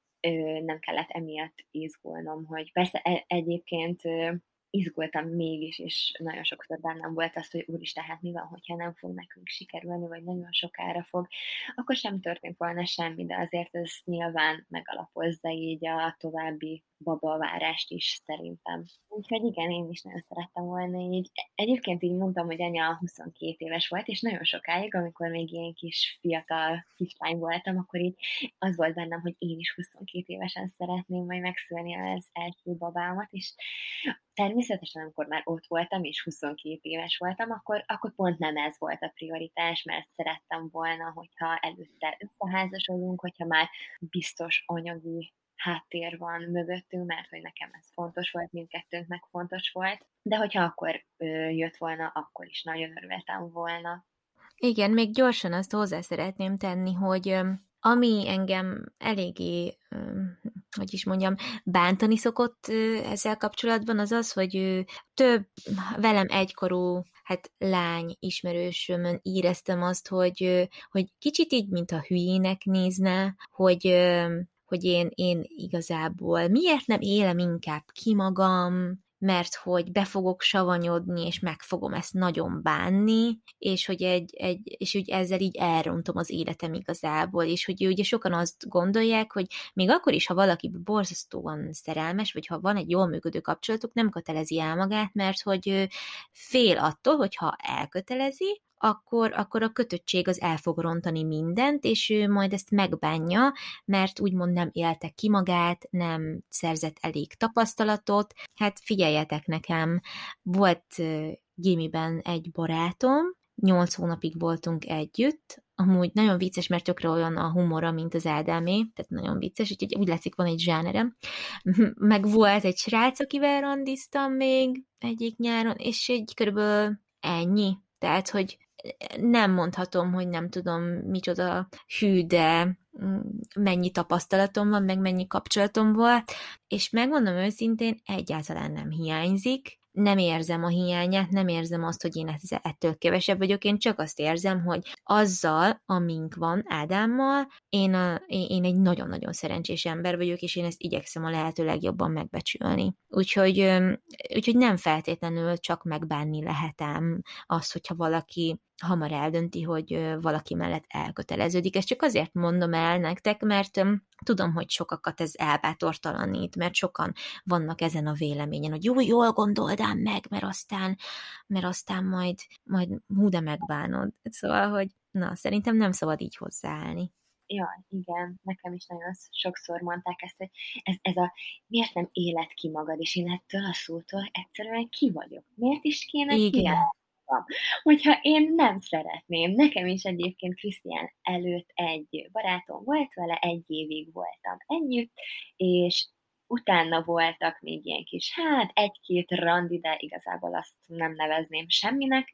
[SPEAKER 1] ö, nem kellett emiatt izgulnom, hogy persze e- egyébként ö, izgultam mégis, és nagyon sokszor bennem volt az, hogy úristen, hát mi van, hogyha nem fog nekünk sikerülni, vagy nagyon sokára fog, akkor sem történt volna semmi, de azért ez nyilván megalapozza így a további babavárást is szerintem. Úgyhogy igen, én is nagyon szerettem volna így. Egyébként így mondtam, hogy anya huszonkét éves volt, és nagyon sokáig, amikor még ilyen kis fiatal kislány voltam, akkor így az volt bennem, hogy én is huszonkét évesen szeretném majd megszülni az első babámat, és természetesen, amikor már ott voltam, és huszonkét éves voltam, akkor, akkor pont nem ez volt a prioritás, mert szerettem volna, hogyha előtte összeházasodunk, hogyha már biztos anyagi háttér van mögöttünk, mert hogy nekem ez fontos volt, mindkettőnknek fontos volt, de hogyha akkor ö, jött volna, akkor is nagyon örültem volna.
[SPEAKER 2] Igen, még gyorsan azt hozzá szeretném tenni, hogy ami engem eléggé, hogy is mondjam, bántani szokott ezzel kapcsolatban, az az, hogy több velem egykorú hát lány ismerősömön éreztem azt, hogy, hogy kicsit így, mint a hülyének nézne, hogy hogy én, én igazából miért nem élem inkább ki magam, mert hogy be fogok savanyodni, és meg fogom ezt nagyon bánni, és hogy, egy, egy, és hogy ezzel így elrontom az életem igazából, és hogy ugye sokan azt gondolják, hogy még akkor is, ha valaki borzasztóan szerelmes, vagy ha van egy jól működő kapcsolatuk, nem kötelezi el magát, mert hogy fél attól, hogyha elkötelezi, akkor, akkor a kötöttség az el fog rontani mindent, és ő majd ezt megbánja, mert úgymond nem élte ki magát, nem szerzett elég tapasztalatot. Hát figyeljetek nekem, volt gimiben egy barátom, nyolc hónapig voltunk együtt, amúgy nagyon vicces, mert tökre olyan a humora, mint az Ádámé, tehát nagyon vicces, úgyhogy úgy látszik, van egy zsánerem. Meg volt egy srác, akivel randiztam még egyik nyáron, és egy körülbelül ennyi. Tehát, hogy nem mondhatom, hogy nem tudom micsoda hű, de mennyi tapasztalatom van, meg mennyi kapcsolatom volt, és megmondom őszintén, egyáltalán nem hiányzik, nem érzem a hiányát, nem érzem azt, hogy én ettől kevesebb vagyok, én csak azt érzem, hogy azzal, amink van Ádámmal, én, a, én egy nagyon-nagyon szerencsés ember vagyok, és én ezt igyekszem a lehető legjobban megbecsülni. Úgyhogy, úgyhogy nem feltétlenül csak megbánni lehetem azt, hogyha valaki hamar eldönti, hogy valaki mellett elköteleződik. Ezt csak azért mondom el nektek, mert tudom, hogy sokakat ez elbátortalanít, mert sokan vannak ezen a véleményen, hogy jó, jól gondold ám meg, mert aztán, mert aztán majd, majd hú, de megbánod. Szóval, hogy na, szerintem nem szabad így hozzáállni.
[SPEAKER 1] Ja, igen, nekem is nagyon sokszor mondták ezt, hogy ez, ez a miért nem éled ki magad, és én ettől a szótól egyszerűen ki vagyok. Miért is kéne
[SPEAKER 2] Igen.
[SPEAKER 1] Hogyha én nem szeretném. Nekem is egyébként Krisztián előtt egy barátom volt, vele egy évig voltam együtt, és utána voltak még ilyen kis, hát egy-két randi, de igazából azt nem nevezném semminek,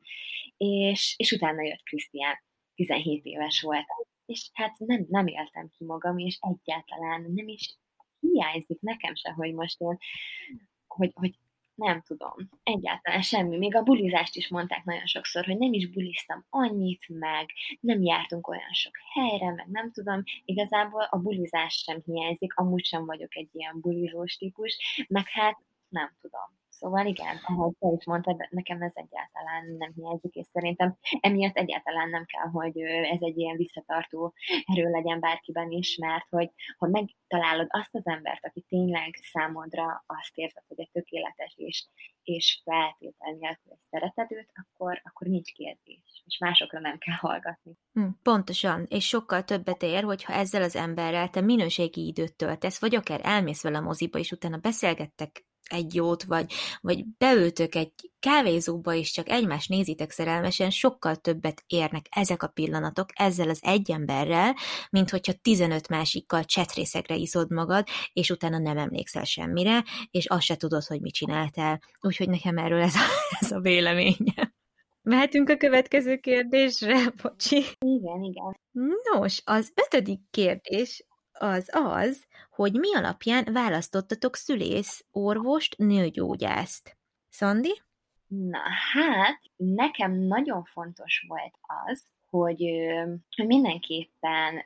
[SPEAKER 1] és, és utána jött Krisztián, tizenhét éves voltam. És hát nem, nem éltem ki magam, és egyáltalán nem is hiányzik nekem se, hogy most én, hogy, hogy nem tudom, egyáltalán semmi. Még a bulizást is mondták nagyon sokszor, hogy nem is buliztam annyit, meg nem jártunk olyan sok helyre, meg nem tudom. Igazából a bulizás sem hiányzik, amúgy sem vagyok egy ilyen bulizós típus, meg hát nem tudom. Szóval igen, ahogy te is mondtad, nekem ez egyáltalán nem hiányzik, és szerintem emiatt egyáltalán nem kell, hogy ez egy ilyen visszatartó erő legyen bárkiben is, mert hogy ha megtalálod azt az embert, aki tényleg számodra azt érzed, hogy egy tökéletes és, és feltétel nélkül szereted őt, akkor, akkor nincs kérdés, és másokra nem kell hallgatni.
[SPEAKER 2] Pontosan, és sokkal többet ér, hogyha ezzel az emberrel te minőségi időt töltesz, vagy akár elmész vele a moziba, és utána beszélgettek egy jót, vagy, vagy beültök egy kávézóba, és csak egymást nézitek szerelmesen, sokkal többet érnek ezek a pillanatok ezzel az egy emberrel, mint hogyha tizenöt másikkal csetrészekre iszod magad, és utána nem emlékszel semmire, és azt se tudod, hogy mit csináltál. Úgyhogy nekem erről ez a, ez a véleményem. Mehetünk a következő kérdésre, bocsi.
[SPEAKER 1] Igen, igen.
[SPEAKER 2] Nos, az ötödik kérdés az az, hogy mi alapján választottatok szülész, orvost, nőgyógyászt. Szandi?
[SPEAKER 1] Na hát, nekem nagyon fontos volt az, hogy, hogy mindenképpen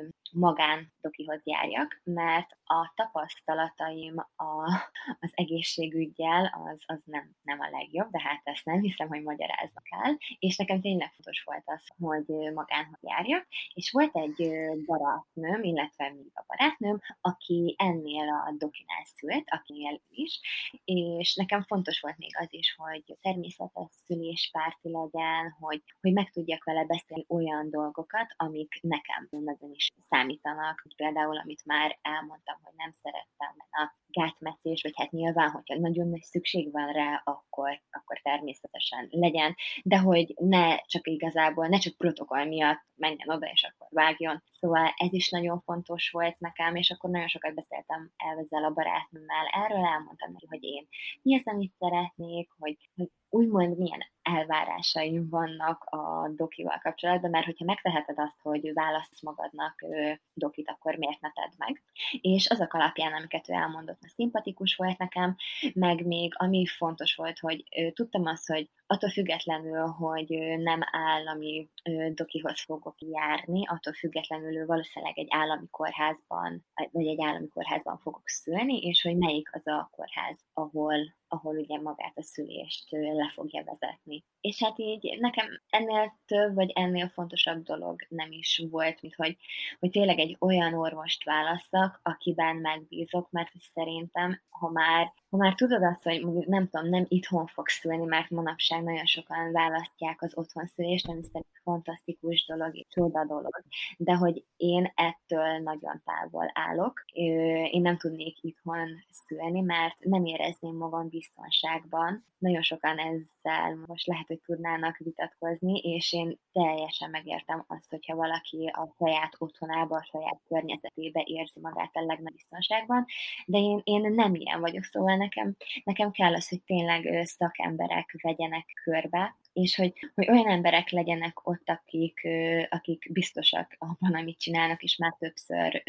[SPEAKER 1] magán dokihoz járjak, mert a tapasztalataim a, az egészségügyel az, az nem, nem a legjobb, de hát ezt nem hiszem, hogy magyaráznak el, és nekem tényleg fontos volt az, hogy magánhoz járjak, és volt egy barátnőm, illetve még a barátnőm, aki ennél a dokinál szült, akinél is, és nekem fontos volt még az is, hogy természetes szüléspárti legyen, hogy, hogy meg tudjak vele beszélni olyan dolgokat, amik nekem nagyon is számítanak, például, amit már elmondtam, hogy nem szerettem a gátmetszés, vagy hát nyilván, hogyha nagyon nagy szükség van rá, akkor, akkor természetesen legyen, de hogy ne csak igazából, ne csak protokoll miatt menjen oda, és akkor vágjon. Szóval ez is nagyon fontos volt nekem, és akkor nagyon sokat beszéltem el ezzel a barátnőmmel. Erről elmondtam neki, hogy én mi az, amit szeretnék, hogy, hogy úgymond milyen elvárásaim vannak a dokival kapcsolatban, mert hogyha megteheted azt, hogy választsz magadnak dokit, akkor miért ne tedd meg. És azok alapján, amiket ő elmondott, szimpatikus volt nekem, meg még ami fontos volt, hogy tudtam azt, hogy attól függetlenül, hogy nem állami dokihoz fogok járni, attól függetlenül ő valószínűleg egy állami kórházban, vagy egy állami kórházban fogok szülni, és hogy melyik az a kórház, ahol, ahol ugye magát a szülést le fogja vezetni. És hát így nekem ennél több, vagy ennél fontosabb dolog nem is volt, mint hogy, hogy tényleg egy olyan orvost válasszak, akiben megbízok, mert szerintem, ha már, ha már tudod azt, hogy nem tudom, nem itthon fogsz szülni, mert manapság nagyon sokan választják az otthonszülést, ami szerintem fantasztikus dolog, és csoda dolog, de hogy én ettől nagyon távol állok. Én nem tudnék itthon szülni, mert nem érezném magam biztonságban. Nagyon sokan ezzel most lehet, hogy tudnának vitatkozni, és én teljesen megértem azt, hogyha valaki a saját otthonába, a saját környezetébe érzi magát a legnagyobb biztonságban, de én, én nem ilyen vagyok, szóval nekem, nekem kell az, hogy tényleg szakemberek vegyenek körbe, és hogy, hogy olyan emberek legyenek ott, akik, akik biztosak abban, amit csinálnak, és már többször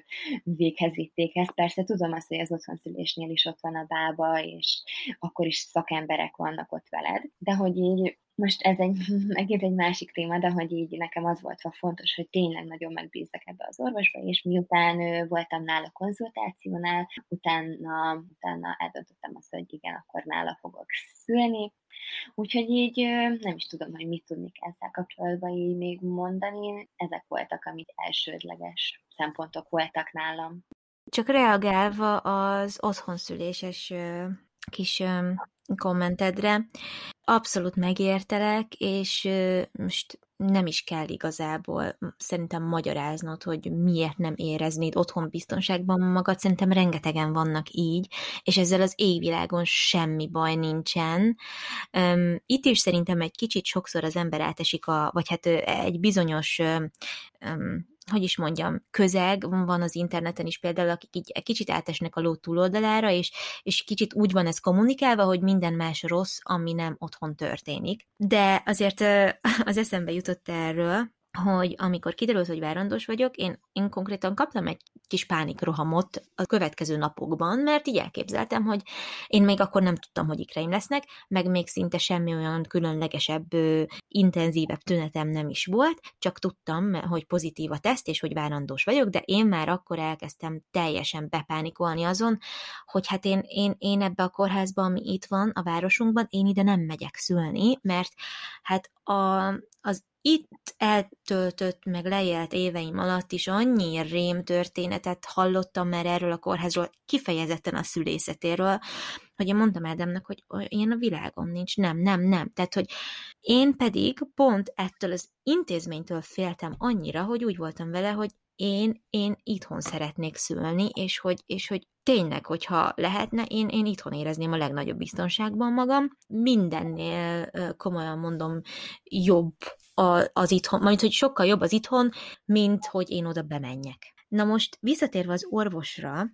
[SPEAKER 1] véghez vitték ezt. Persze tudom azt, hogy az otthonszülésnél is ott van a bába, és akkor is szakemberek vannak ott veled, de hogy így Most ez egy megint egy másik téma, de hogy így nekem az volt a fontos, hogy tényleg nagyon megbízzak ebbe az orvosba, és miután ö, voltam nála konzultációnál, utána, utána eldöntöttem azt, hogy igen, akkor nála fogok szülni. Úgyhogy így ö, nem is tudom, hogy mit tudnék ezzel kapcsolatban így még mondani. Ezek voltak, amik elsődleges szempontok voltak nálam.
[SPEAKER 2] Csak reagálva az otthonszüléses ö, kis ö, kommentedre, abszolút megértelek, és ö, most nem is kell igazából szerintem magyaráznod, hogy miért nem éreznéd otthon biztonságban magad. Szerintem rengetegen vannak így, és ezzel az égvilágon semmi baj nincsen. Üm, itt is szerintem egy kicsit sokszor az ember átesik, a, vagy hát ö, egy bizonyos üm, hogy is mondjam, közeg van az interneten is például, akik így egy kicsit átesnek a ló túloldalára, és, és kicsit úgy van ez kommunikálva, hogy minden más rossz, ami nem otthon történik. De azért az eszembe jutott erről, hogy amikor kiderült, hogy várandós vagyok, én, én konkrétan kaptam egy kis pánikrohamot a következő napokban, mert így elképzeltem, hogy én még akkor nem tudtam, hogy ikreim lesznek, meg még szinte semmi olyan különlegesebb, intenzívebb tünetem nem is volt, csak tudtam, hogy pozitív a teszt, és hogy várandós vagyok, de én már akkor elkezdtem teljesen bepánikolni azon, hogy hát én, én, én ebbe a kórházba, ami itt van a városunkban, én ide nem megyek szülni, mert hát a, az itt eltöltött, meg leélt éveim alatt is annyi rém történetet hallottam már erről a kórházról, kifejezetten a szülészetéről, hogy én mondtam Ádámnak, hogy ilyen a világon nincs, nem, nem, nem. Tehát, hogy én pedig pont ettől az intézménytől féltem annyira, hogy úgy voltam vele, hogy én, én itthon szeretnék szülni, és hogy, és hogy tényleg, hogyha lehetne, én, én itthon érezném a legnagyobb biztonságban magam. Mindennél, komolyan mondom, jobb az itthon, majd hogy sokkal jobb az itthon, mint hogy én oda bemenjek. Na most visszatérve az orvosra,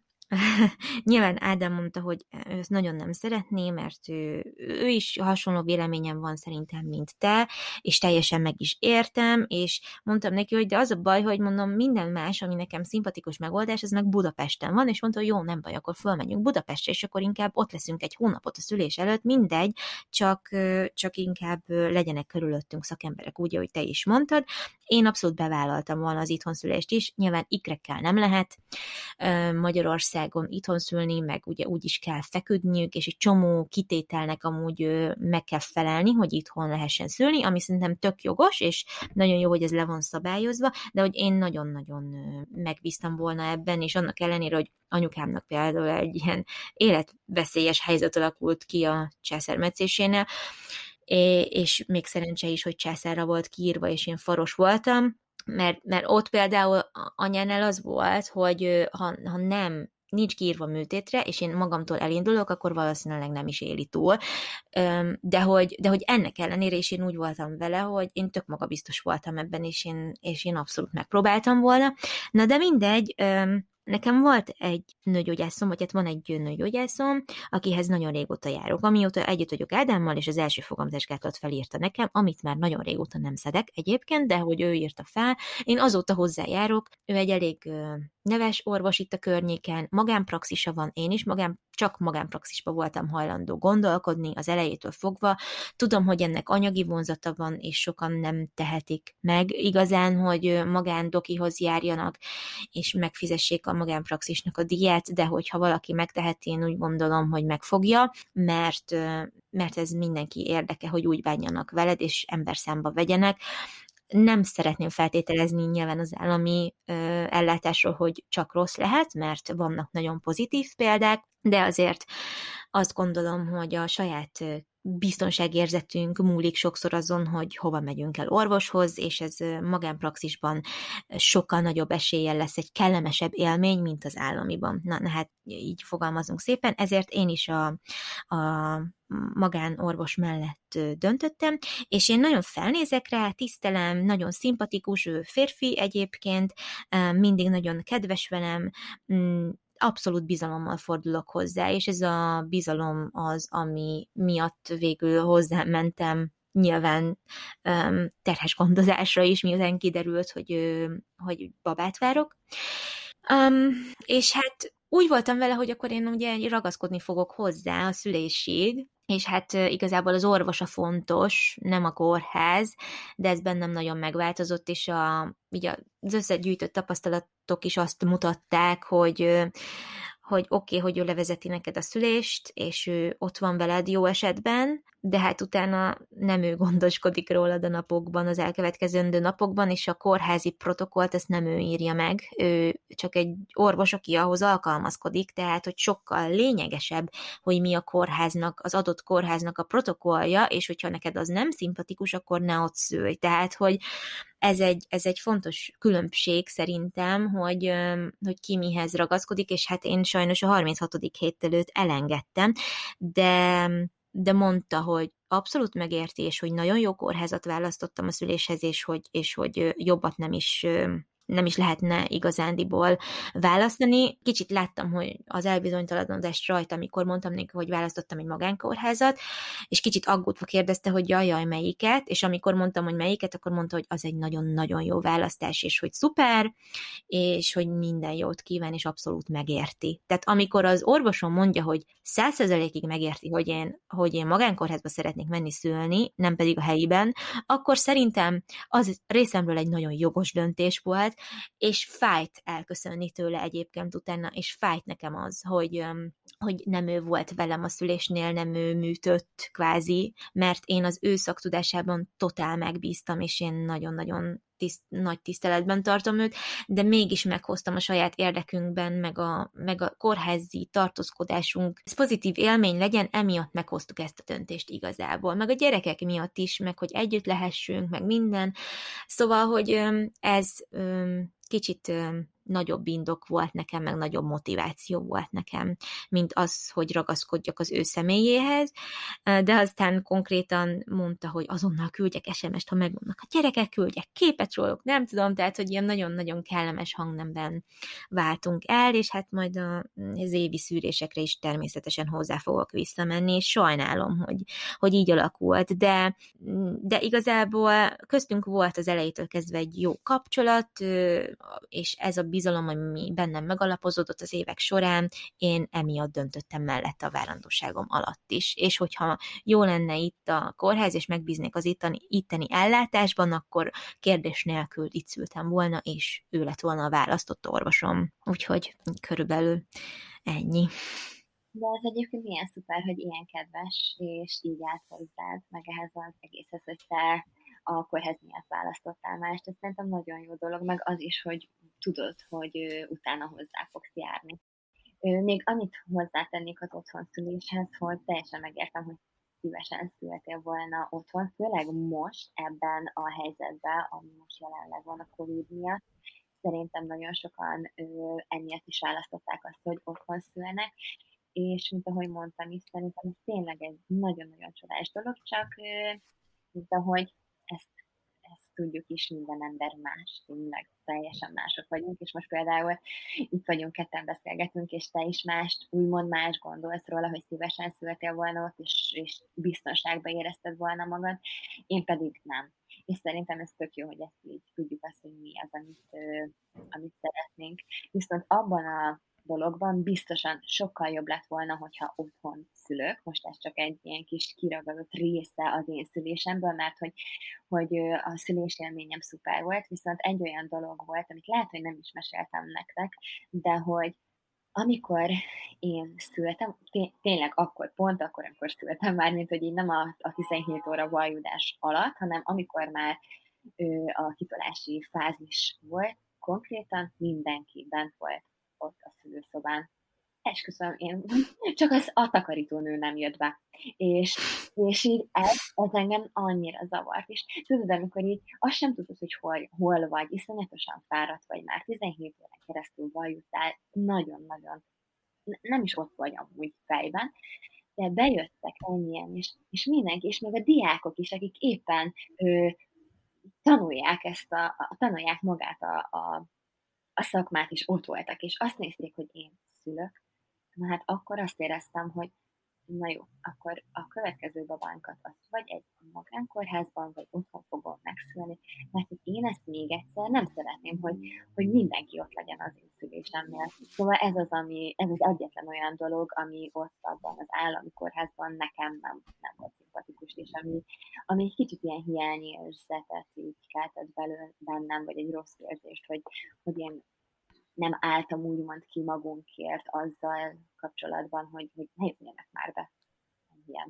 [SPEAKER 2] nyilván Ádám mondta, hogy ő ezt nagyon nem szeretné, mert ő, ő is hasonló véleményem van szerintem, mint te, és teljesen meg is értem, és mondtam neki, hogy de az a baj, hogy mondom, minden más, ami nekem szimpatikus megoldás, az meg Budapesten van, és mondta, hogy jó, nem baj, akkor fölmegyünk Budapestre, és akkor inkább ott leszünk egy hónapot a szülés előtt, mindegy, csak, csak inkább legyenek körülöttünk szakemberek, úgy, ahogy te is mondtad. Én abszolút bevállaltam volna az itthonszülést is, nyilván ikrekkel nem lehet Magyarországon itthon szülni, meg ugye úgy is kell feküdniük, és egy csomó kitételnek amúgy meg kell felelni, hogy itthon lehessen szülni, ami szerintem tök jogos, és nagyon jó, hogy ez le van szabályozva, de hogy én nagyon-nagyon megbíztam volna ebben, és annak ellenére, hogy anyukámnak például egy ilyen életveszélyes helyzet alakult ki a császármetszésénél, és még szerencse is, hogy császárra volt kiírva, és én faros voltam, mert, mert ott például anyánál az volt, hogy ha, ha nem nincs kiírva műtétre, és én magamtól elindulok, akkor valószínűleg nem is éli túl. De hogy, de hogy ennek ellenére is én úgy voltam vele, hogy én tök magabiztos voltam ebben, és én, és én abszolút megpróbáltam volna. Na de mindegy, nekem volt egy nőgyógyászom, vagy hát van egy nőgyógyászom, akihez nagyon régóta járok. Amióta együtt vagyok Ádámmal, és az első fogamzásgátlót felírta nekem, amit már nagyon régóta nem szedek egyébként, de hogy ő írta fel, én azóta hozzájárok. Ő egy elég neves orvos itt a környéken, magánpraxisa van, én is magán, csak magánpraxisba voltam hajlandó gondolkodni az elejétől fogva. Tudom, hogy ennek anyagi vonzata van, és sokan nem tehetik meg igazán, hogy magándokihoz járjanak, és megfizessék a magánpraxisnak a díját, de hogyha valaki megteheti, én úgy gondolom, hogy megfogja, mert, mert ez mindenki érdeke, hogy úgy bánjanak veled, és emberszámba vegyenek. Nem szeretném feltételezni nyilván az állami ö, ellátásról, hogy csak rossz lehet, mert vannak nagyon pozitív példák, de azért azt gondolom, hogy a saját biztonságérzetünk múlik sokszor azon, hogy hova megyünk el orvoshoz, és ez magánpraxisban sokkal nagyobb eséllyel lesz egy kellemesebb élmény, mint az államiban. Na, na hát így fogalmazunk szépen, ezért én is a, a magánorvos mellett döntöttem, és én nagyon felnézek rá, tisztelem, nagyon szimpatikus, ő férfi egyébként, mindig nagyon kedves velem, abszolút bizalommal fordulok hozzá, és ez a bizalom az, ami miatt végül hozzám mentem, nyilván um, terhes gondozásra is, miután kiderült, hogy, uh, hogy babát várok. Um, és hát úgy voltam vele, hogy akkor én ugye ragaszkodni fogok hozzá a szülésig, és hát igazából az orvos a fontos, nem a kórház, de ez bennem nagyon megváltozott, és a, ugye az összegyűjtött tapasztalatok is azt mutatták, hogy hogy oké, okay, hogy ő levezeti neked a szülést, és ő ott van veled jó esetben, de hát utána nem ő gondoskodik rólad a napokban, az elkövetkezendő napokban, és a kórházi protokollt ezt nem ő írja meg, ő csak egy orvos, aki ahhoz alkalmazkodik, tehát, hogy sokkal lényegesebb, hogy mi a kórháznak, az adott kórháznak a protokollja, és hogyha neked az nem szimpatikus, akkor ne ott szülj. Tehát, hogy ez egy, ez egy fontos különbség szerintem, hogy, hogy ki mihez ragaszkodik, és hát én sajnos a harminchatodik hét előtt elengedtem, de, de mondta, hogy abszolút megérti, és hogy nagyon jó kórházat választottam a szüléshez, és hogy, és hogy jobbat nem is nem is lehetne igazándiból választani. Kicsit láttam, hogy az elbizonytalanodás rajta, amikor mondtam neki, hogy választottam egy magánkórházat, és kicsit aggódva kérdezte, hogy jaj, jaj, melyiket, és amikor mondtam, hogy melyiket, akkor mondta, hogy az egy nagyon-nagyon jó választás, és hogy szuper, és hogy minden jót kíván, és abszolút megérti. Tehát amikor az orvosom mondja, hogy száz százalékig megérti, hogy én, hogy én magánkórházba szeretnék menni szülni, nem pedig a helyiben, akkor szerintem az részemről egy nagyon jogos döntés volt, és fájt elköszönni tőle egyébként utána, és fájt nekem az, hogy, hogy nem ő volt velem a szülésnél, nem ő műtött kvázi, mert én az ő szaktudásában totál megbíztam, és én nagyon-nagyon tiszt, nagy tiszteletben tartom őt, de mégis meghoztam a saját érdekünkben, meg a, meg a kórházi tartózkodásunk. Ez pozitív élmény legyen, emiatt meghoztuk ezt a döntést igazából, meg a gyerekek miatt is, meg hogy együtt lehessünk, meg minden. Szóval, hogy ez kicsit nagyobb indok volt nekem, meg nagyobb motiváció volt nekem, mint az, hogy ragaszkodjak az ő személyéhez, de aztán konkrétan mondta, hogy azonnal küldjek es em est, ha megmondnak a gyerekek, küldjek képet róluk, nem tudom, tehát, hogy ilyen nagyon-nagyon kellemes hangnemben váltunk el, és hát majd az évi szűrésekre is természetesen hozzá fogok visszamenni, és sajnálom, hogy, hogy így alakult, de, de igazából köztünk volt az elejétől kezdve egy jó kapcsolat, és ez a bizalom, ami bennem megalapozódott az évek során, én emiatt döntöttem mellette a várandóságom alatt is. És hogyha jó lenne itt a kórház, és megbíznék az itteni, itteni ellátásban, akkor kérdés nélkül itt szültem volna, és ő lett volna a választott orvosom. Úgyhogy körülbelül ennyi.
[SPEAKER 1] De ez egyébként milyen szuper, hogy ilyen kedves, és így állt hozzád, meg ehhez az egészhez, hogy te a kórház miatt választottál mást. Ez szerintem nagyon jó dolog, meg az is, hogy tudod, hogy utána hozzá fogsz járni. Még annyit hozzátennék az otthonszüléshez, hogy teljesen megértem, hogy szívesen születél volna otthon, főleg most ebben a helyzetben, ami most jelenleg van a Covid miatt. Szerintem nagyon sokan emiatt is választották azt, hogy otthon szülnek, és mint ahogy mondtam is, szerintem ez tényleg egy nagyon-nagyon csodás dolog, csak mint ahogy ezt, ezt tudjuk is, minden ember más, tényleg teljesen mások vagyunk, és most például itt vagyunk, ketten beszélgetünk, és te is mást, úgymond más gondolsz róla, hogy szívesen születél volna ott, és, és biztonságban érezted volna magad, én pedig nem. És szerintem ez tök jó, hogy ezt így tudjuk azt, hogy mi az, amit, amit szeretnénk. Viszont abban a dologban biztosan sokkal jobb lett volna, hogyha otthon szülök. Most ez csak egy ilyen kis kiragadott része az én szülésemből, mert hogy, hogy a szülésélményem szuper volt, viszont egy olyan dolog volt, amit lehet, hogy nem is meséltem nektek, de hogy amikor én szültem, tényleg akkor, pont akkor, amikor szültem már, mint hogy így nem a, a tizenhét óra vajudás alatt, hanem amikor már ő, a kitolási fázis volt, konkrétan mindenki bent volt ott a szülőszobán. Esküszöm, én csak az a takarítónő nem jött be. És, és így ez, ez engem annyira zavart. És tudod, amikor így azt sem tudod, hogy hol, hol vagy, iszonyatosan fáradt vagy már, tizenhét órán keresztül vajuttál, nagyon-nagyon, nem is ott vagy amúgy fejben, de bejöttek ennyien, és, és mindenki, és még a diákok is, akik éppen ö, tanulják ezt a, a, tanulják magát a, a a szakmát is ott voltak, és azt nézték, hogy én szülök. Na hát akkor azt éreztem, hogy na jó, akkor a következő babánkat azt vagy egy magánkórházban, vagy otthon fogom megszülni, mert hogy én ezt még egyszer nem szeretném, hogy, hogy mindenki ott legyen az én szülésemnél. Szóval ez az, ami, ez az egyetlen olyan dolog, ami ott abban az állami kórházban nekem nem, nem volt szimpatikus, és ami, ami egy kicsit ilyen hiányérzetet így keltett belőle bennem, vagy egy rossz érzést, hogy, hogy én nem álltam úgymond ki magunkért azzal kapcsolatban, hogy, hogy ne jöjjenek már be. Ilyen.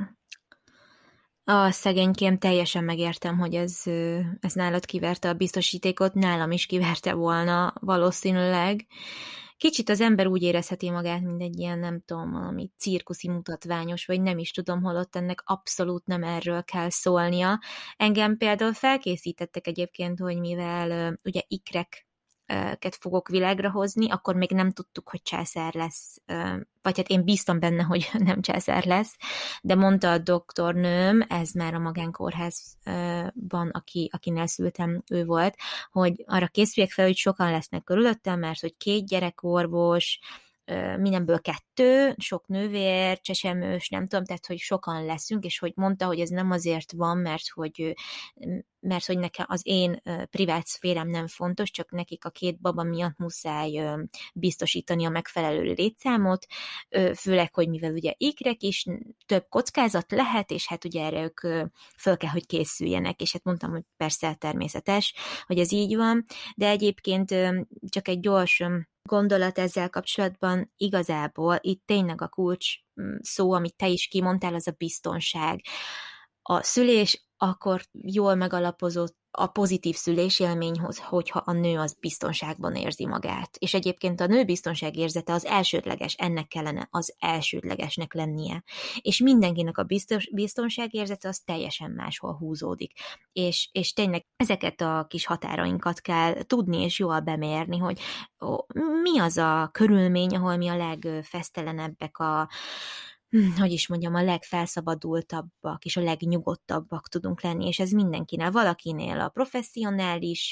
[SPEAKER 2] A szegénykém, teljesen megértem, hogy ez, ez nálad kiverte a biztosítékot, nálam is kiverte volna valószínűleg. Kicsit az ember úgy érezheti magát, mint egy ilyen, nem tudom, valami cirkuszi mutatványos, vagy nem is tudom, holott ennek abszolút nem erről kell szólnia. Engem például felkészítettek egyébként, hogy mivel ugye ikrek ket fogok világra hozni, akkor még nem tudtuk, hogy császár lesz, vagy hát én bíztam benne, hogy nem császár lesz, de mondta a doktornőm, ez már a magánkórházban, aki, akinél szültem, ő volt, hogy arra készüljek fel, hogy sokan lesznek körülöttem, mert hogy két gyerekorvos, mindenből kettő, sok nővér, csecsemős, nem tudom, tehát, hogy sokan leszünk, és hogy mondta, hogy ez nem azért van, mert hogy, mert hogy nekem az én privát szférám nem fontos, csak nekik a két baba miatt muszáj biztosítani a megfelelő létszámot, főleg, hogy mivel ugye ikrek is több kockázat lehet, és hát ugye erre ők föl kell, hogy készüljenek, és hát mondtam, hogy persze természetes, hogy ez így van, de egyébként csak egy gyors gondolat ezzel kapcsolatban, igazából itt tényleg a kulcs szó, amit te is kimondtál, az a biztonság. A szülés akkor jól megalapozott a pozitív szülésélményhoz, hogyha a nő az biztonságban érzi magát. És egyébként a nő biztonságérzete az elsődleges, ennek kellene az elsődlegesnek lennie. És mindenkinek a biztos, biztonságérzete az teljesen máshol húzódik. És, és tényleg ezeket a kis határainkat kell tudni és jól bemérni, hogy ó, mi az a körülmény, ahol mi a legfesztelenebbek a hogy is mondjam, a legfelszabadultabbak és a legnyugodtabbak tudunk lenni, és ez mindenkinél, valakinél a professzionális,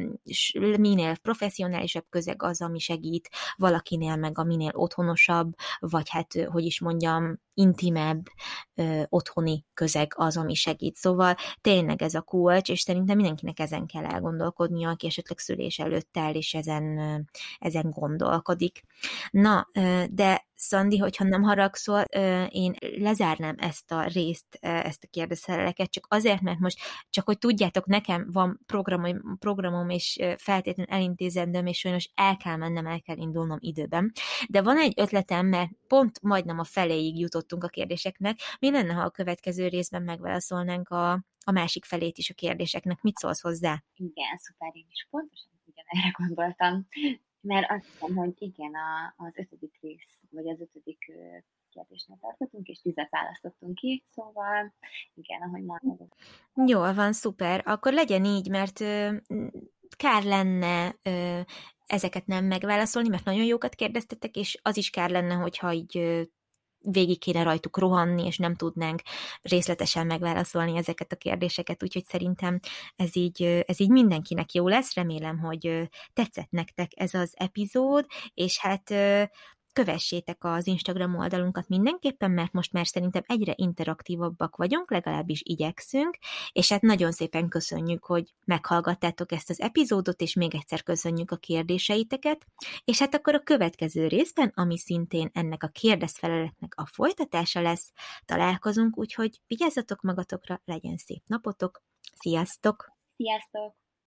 [SPEAKER 2] minél professzionálisabb közeg az, ami segít, valakinél meg a minél otthonosabb, vagy hát, hogy is mondjam, intimebb, ö, otthoni közeg az, ami segít. Szóval tényleg ez a kulcs, és szerintem mindenkinek ezen kell elgondolkodnia, aki esetleg szülés előtt áll, és ezen, ezen gondolkodik. Na, de Szandi, hogyha nem haragszol, én lezárnám ezt a részt, ezt a kérdezfeleleket, csak azért, mert most, csak hogy tudjátok, nekem van programom, programom és feltétlenül elintézendőm, és sajnos el kell mennem, el kell indulnom időben. De van egy ötletem, mert pont majdnem a feléig jutottunk a kérdéseknek. Mi lenne, ha a következő részben megválaszolnánk a, a másik felét is a kérdéseknek? Mit szólsz hozzá?
[SPEAKER 1] Igen, szuper, én is pontosan ugyanerre gondoltam. Mert azt hiszem, hogy igen, a, az ötödik rész, vagy az ötödik kérdésnél tartottunk, és tizet választottunk ki, szóval igen, ahogy mondod.
[SPEAKER 2] Jól van, szuper. Akkor legyen így, mert ö, kár lenne ö, ezeket nem megválaszolni, mert nagyon jókat kérdeztetek, és az is kár lenne, hogyha így ö, végig kéne rajtuk rohanni, és nem tudnánk részletesen megválaszolni ezeket a kérdéseket, úgyhogy szerintem ez így, ez így mindenkinek jó lesz, remélem, hogy tetszett nektek ez az epizód, és hát kövessétek az Instagram oldalunkat mindenképpen, mert most már szerintem egyre interaktívabbak vagyunk, legalábbis igyekszünk, és hát nagyon szépen köszönjük, hogy meghallgattátok ezt az epizódot, és még egyszer köszönjük a kérdéseiteket, és hát akkor a következő részben, ami szintén ennek a kérdezfeleletnek a folytatása lesz, találkozunk, úgyhogy vigyázzatok magatokra, legyen szép napotok, sziasztok!
[SPEAKER 1] Sziasztok!